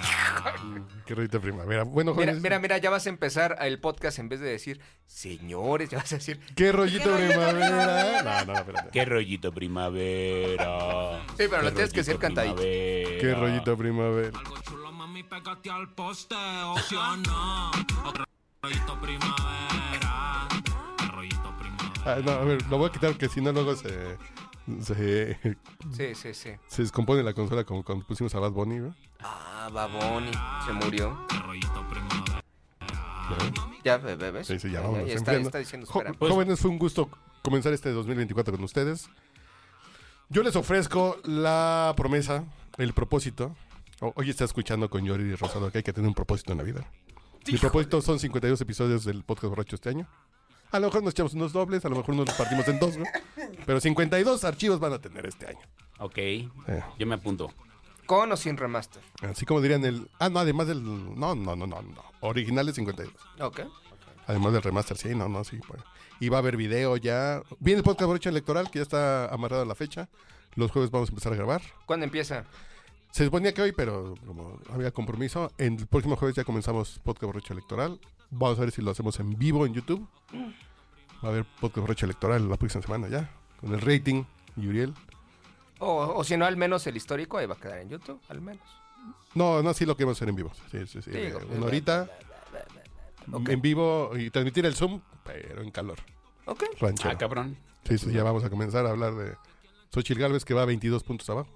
qué rita primavera. Bueno, Mira, jóvenes. mira, mira, ya vas a empezar el podcast en vez de decir señores, ya vas a decir. Qué rollito Qué rollito primavera. No, no, espérate. Qué rollito primavera. Sí, pero lo Qué tienes que decir rollito cantadito. primavera. Qué rollito primavera. Algo chulo, mami, pégate al poste, o si o no. Otro rollito primavera. Qué rollito primavera. Ah, no, a ver, lo voy a quitar porque si no luego se, se, Sí, sí, sí. se descompone la consola como cuando pusimos a Bad Bunny, ¿no? Ah, Baboni, se murió. Qué rollito primavera. Ya, ve- ve- ¿ves? Sí, sí, ya vámonos. ya está, enfriando. está diciendo, Jo- espera. Jóvenes, fue un gusto comenzar este dos mil veinticuatro con ustedes. Yo les ofrezco la promesa, el propósito. O- Hoy está escuchando con Yori Rosado que hay que tener un propósito en la vida. Mi propósito son cincuenta y dos episodios del podcast borracho este año. A lo mejor nos echamos unos dobles, a lo mejor nos los partimos en dos, ¿no? Pero cincuenta y dos archivos van a tener este año. Ok, Eh, yo me apunto. ¿Con o sin remaster? así como dirían el... Ah, no, además del... No, no, no, no, no. Originales cincuenta y dos. Ok. Además del remaster, sí, no, no, sí. Pues. Y va a haber video ya. Viene el podcast borracho electoral, que ya está amarrado a la fecha. Los jueves vamos a empezar a grabar. ¿Cuándo empieza? Se suponía que hoy, pero como había compromiso, en el próximo jueves ya comenzamos podcast borracho electoral. Vamos a ver si lo hacemos en vivo en YouTube. Va a haber podcast borracho electoral la próxima semana ya. Con el rating y Uriel. O, o si no, al menos el histórico ahí va a quedar en YouTube, al menos. No, no, sí lo queremos hacer en vivo. Sí, sí, sí. Digo, Eh, una horita Ok. en vivo y transmitir el Zoom, pero en calor. Ok. Ranchero. Ah, cabrón. Sí, sí, ya vamos a comenzar a hablar de Xochitl Gálvez, que va a veintidós puntos abajo.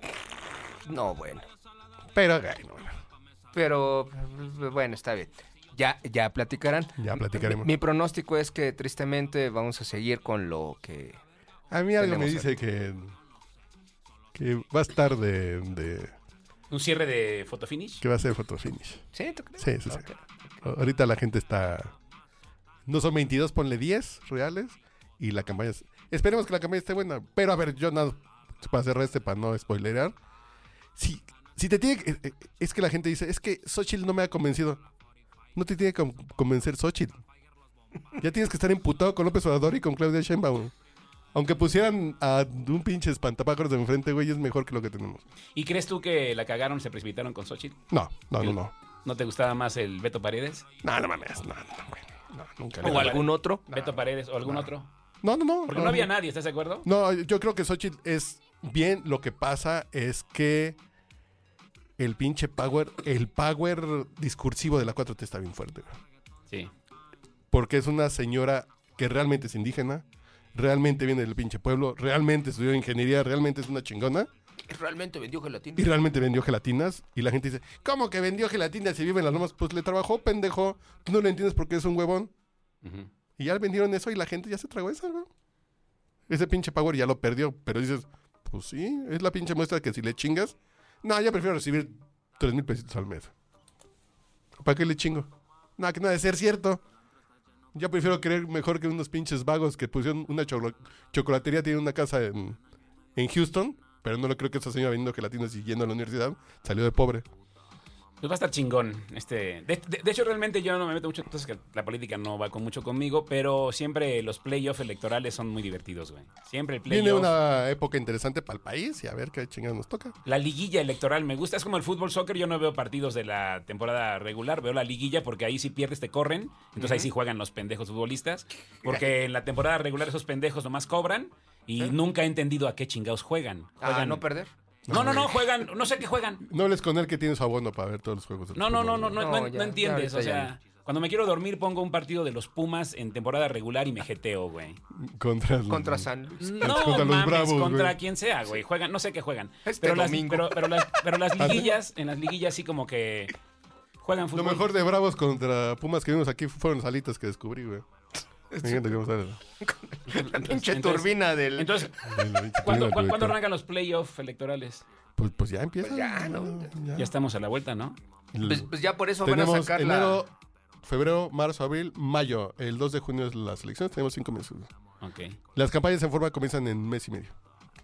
No, bueno. Pero, ay, no, no. Pero, bueno, está bien. Ya, ya platicarán. Ya platicaremos. Mi, mi pronóstico es que tristemente vamos a seguir con lo que... A mí algo me Tenemos dice que, que va a estar de, de- Un cierre de fotofinish. que va a ser fotofinish. ¿Sí? ¿Tú crees? Sí, sí, sí. Ok. Ahorita la gente está... No son veintidós, ponle diez reales. Y la campaña... es- Esperemos que la campaña esté buena. Pero a ver, yo nada... Para cerrar este, para no spoilerear. Si, si te tiene que- Es que la gente dice, es que Xochitl no me ha convencido. No te tiene que con- convencer Xochitl. Ya tienes que estar emputado con López Obrador y con Claudia Sheinbaum. Aunque pusieran a un pinche espantapájaros de enfrente, güey, es mejor que lo que tenemos. ¿Y crees tú que la cagaron, se precipitaron con Xochitl? No, no, no, no. ¿No te gustaba más el Beto Paredes? No, no mames, no, no, güey. No, nunca. ¿O algún otro? ¿Beto Paredes o algún otro? No, no, no. Porque no había nadie, ¿estás de acuerdo? No, yo creo que Xochitl es bien. Lo que pasa es que el pinche power, el power discursivo de la cuatro T está bien fuerte, güey. Sí. Porque es una señora que realmente es indígena, realmente viene del pinche pueblo, realmente estudió ingeniería, realmente es una chingona Realmente vendió gelatina. y realmente vendió gelatinas. Y la gente dice, ¿cómo que vendió gelatinas si vive en las lomas? Pues le trabajó, pendejo. Tú no lo entiendes porque es un huevón. Ujú. Y ya vendieron eso y la gente ya se tragó eso, güey. Ese pinche power ya lo perdió. Pero dices, pues sí, es la pinche muestra que si le chingas. No, yo prefiero recibir tres mil pesitos al mes. ¿Para qué le chingo? No, que no ha de ser cierto. Yo prefiero creer mejor que unos pinches vagos que pusieron una cholo- chocolatería, tiene una casa en, en Houston, pero no lo creo que esa señora vendiendo gelatinas y yendo a la universidad salió de pobre. Pues va a estar chingón. Este, de, de- de hecho, realmente yo no me meto mucho, entonces que la política no va con mucho conmigo, pero siempre los playoffs electorales son muy divertidos, güey. Siempre el playoff. Viene una época interesante para el país y a ver qué chingados nos toca. La liguilla electoral me gusta. Es como el fútbol soccer. Yo no veo partidos de la temporada regular. Veo la liguilla porque ahí si pierdes te corren. Entonces ahí sí juegan los pendejos futbolistas. Porque en la temporada regular esos pendejos nomás cobran. Y nunca he entendido a qué chingados juegan. Ah, Juegan- ¿no perder? No, no, no, juegan. No sé qué juegan. No hables con él que tiene su abono para ver todos los juegos. del No, no, no, no, fútbol. no, No, no, ya, no entiendes. ya O ahorita ya sea, cuando me quiero dormir pongo un partido de los Pumas en temporada regular y me jeteo, güey. Contra, Contra San Luis. No Contra los mames, Bravos, contra güey. quien sea, güey. Juegan, no sé qué juegan. Este pero, las, domingo. pero, pero las, pero las liguillas, en las liguillas sí como que juegan Lo fútbol. mejor de Bravos contra Pumas que vimos aquí fueron las alitas que descubrí, güey. Fíjate cómo sale. La pinche Entonces- turbina del... Entonces, Ay, la pinche ¿cuándo, prima, cu- güey. ¿cuándo arrancan los playoffs electorales? Pues, pues ya empieza. Pues ya, ¿no? Ya. Ya estamos a la vuelta, ¿no? Pues, pues ya por eso van a Tenemos sacar enero, la... febrero, marzo, abril, mayo. El dos de junio es las elecciones. Tenemos cinco meses. Ok. Las campañas en forma comienzan en mes y medio.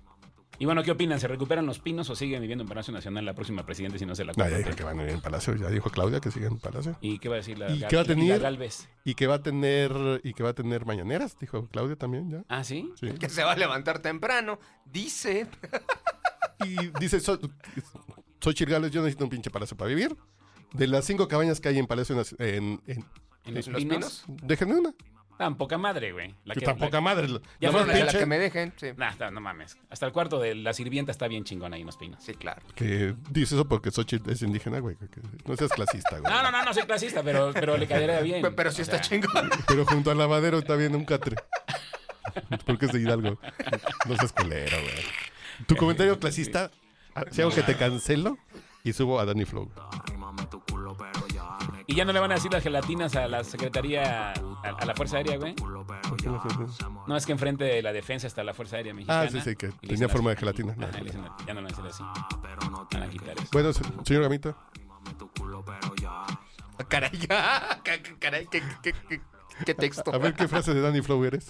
Y bueno, ¿qué opinan? ¿Se recuperan los pinos o siguen viviendo en Palacio Nacional la próxima presidenta si no se la No, ya cuatro T? dijo que van a ir en Palacio. Ya dijo Claudia que sigan en Palacio. ¿Y qué va a decir la, ¿Y Gal- qué va a y la tener? Galvez? Y que va a tener y que va a tener mañaneras, dijo Claudia también ya. ¿Ah, sí? Sí. Que se va a levantar temprano. Dice... Y dice so, Xochitl Gálvez, yo necesito un pinche palacio para vivir. De las cinco cabañas que hay en Palacio Nac- en, en ¿En los ¿En los pinos? pinos? déjenme una. Tan poca madre, güey. La Que que- tan la- poca madre. La, Ya la fueron más De la pinche que me dejen, sí. Nah, está- no mames. Hasta el cuarto de la sirvienta está bien chingón ahí en los pinos. Sí, claro. que dice eso porque Xochitl es indígena, güey. que- que no seas clasista, güey. No, no, no, no soy clasista, pero, pero le caería bien. Pero, pero sí O está sea, chingón. Pero junto al lavadero está bien un catre. Porque es de Hidalgo. No seas culero, güey. Tu comentario clasista, si hago que te cancelo y subo a Danny Flow. Y ya no le van a decir las gelatinas a la Secretaría, a, a la Fuerza Aérea, güey. ¿Por qué no se hace? No, es que enfrente de la defensa está la Fuerza Aérea Mexicana. Ah, sí, sí, que y le tenía dicen forma de así. gelatina. Ajá, le dicen, ya no lo van a decir así. Van a quitar eso. Bueno, se- señor Gamito. Caray, ya. Ca- ca- Caray, qué, qué, qué, qué texto. A ver qué frase de Danny Flow eres.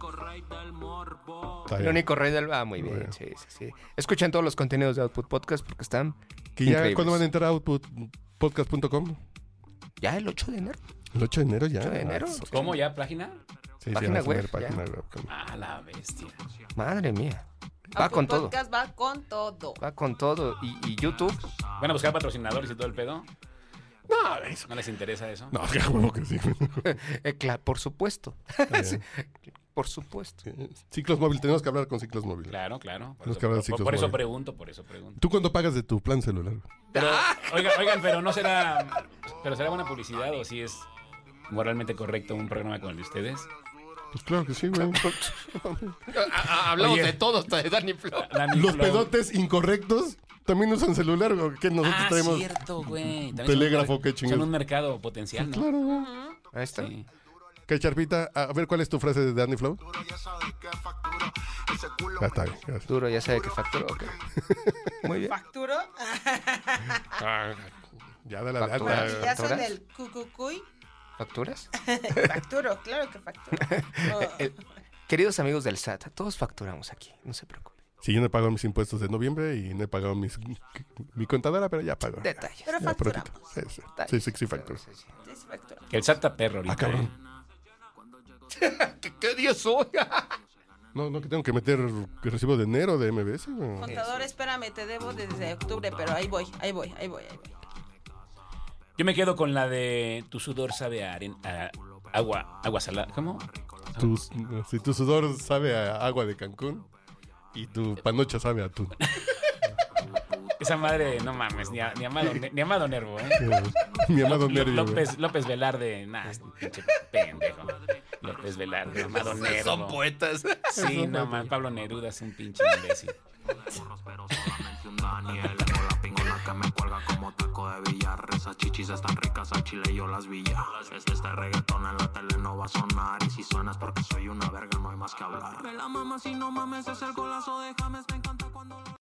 Está El bien. único rey del... Ah, muy bien. Bueno. Sí, sí, sí. Escuchen todos los contenidos de Output Podcast porque están Que ya increíbles. cuando van a entrar a output podcast punto com. Ya el ocho de enero. El ocho de enero ya. ocho de enero. Ah, ¿Cómo ya? ¿Página? Sí, sí, Página vamos a tener web, ya. página web. con- Ah, la bestia. Madre mía. Va Output con todo. Podcast va con todo. Va con todo. Y, y YouTube. ¿Van a buscar patrocinadores y todo el pedo? No, eso. ¿No les interesa eso? No, que huevo que sí. Eh, cla- por supuesto. Está Sí, bien. por supuesto. Sí. Ciclos móviles, tenemos que hablar con ciclos móviles. Claro, claro. Por Tenemos eso, que hablar de por- ciclos por eso móviles. pregunto, por eso pregunto. ¿Tú cuándo pagas de tu plan celular? Pero, oigan, oigan, pero no será. Pero será buena publicidad o si es moralmente correcto un programa como el de ustedes. Pues claro que sí, güey. Hablamos Oye. de todo, hasta de Danny Flow. Dani Los Flow. pedotes incorrectos también usan celular, güey. Que nosotros Ah, traemos. cierto, güey. También telégrafo, son un- qué chingados. Son un mercado potencial, ¿no? Claro, güey. Ahí está. Sí. ¿Qué, Charpita? A ver, ¿cuál es tu frase de Danny Flow? Ah, está bien. gracias. Duro, ya sabe que facturó. ok. Muy bien. ¿Facturo? Ah, ya de la de Factura. alta. Ya son ¿Facturas? del cucucuy. ¿Facturas? Facturo, claro que facturo. Oh. Eh, queridos amigos del S A T, todos facturamos aquí, no se preocupen. Sí, yo no he pagado mis impuestos de noviembre y no he pagado mis, mi contadora, pero ya pago. Detalles. Pero Ya, facturamos. prontito. Sí, sí, Detalles. sí, sí, sí, facturo. Sí, sí. Sí, sí, facturamos. Que el S A T está perro ahorita. Ah, cabrón. ¿eh? ¿Qué, qué día soy? No, no, que tengo que meter el recibo de enero de M B S. ¿no? Contador, espérame, te debo desde octubre, pero ahí voy, ahí voy, ahí voy, ahí voy. Yo me quedo con la de tu sudor sabe a, aren- a agua, agua salada. ¿Cómo? Tu, si tu sudor sabe a agua de Cancún y tu panocha sabe a atún. Esa madre, no mames, ni, a- ni Amado, ni Amado Nervo, ¿eh? Mi amado Ló- Nervio. güey. López, López Velarde, nah, este pinche pendejo. López Velarde, Amado Nervo. Son poetas. Sí, no mames, Pablo Neruda es un pinche imbécil. Pero solamente un Daniel. Tengo la pingola que me cuelga como taco de billar. Esas chichis están ricas al chile, yo las villa. Este, este reggaetón en la tele no va a sonar. Y si suenas porque soy una verga, no hay más que hablar. Me la mamas y no mames, es el golazo de James. Me encanta cuando lo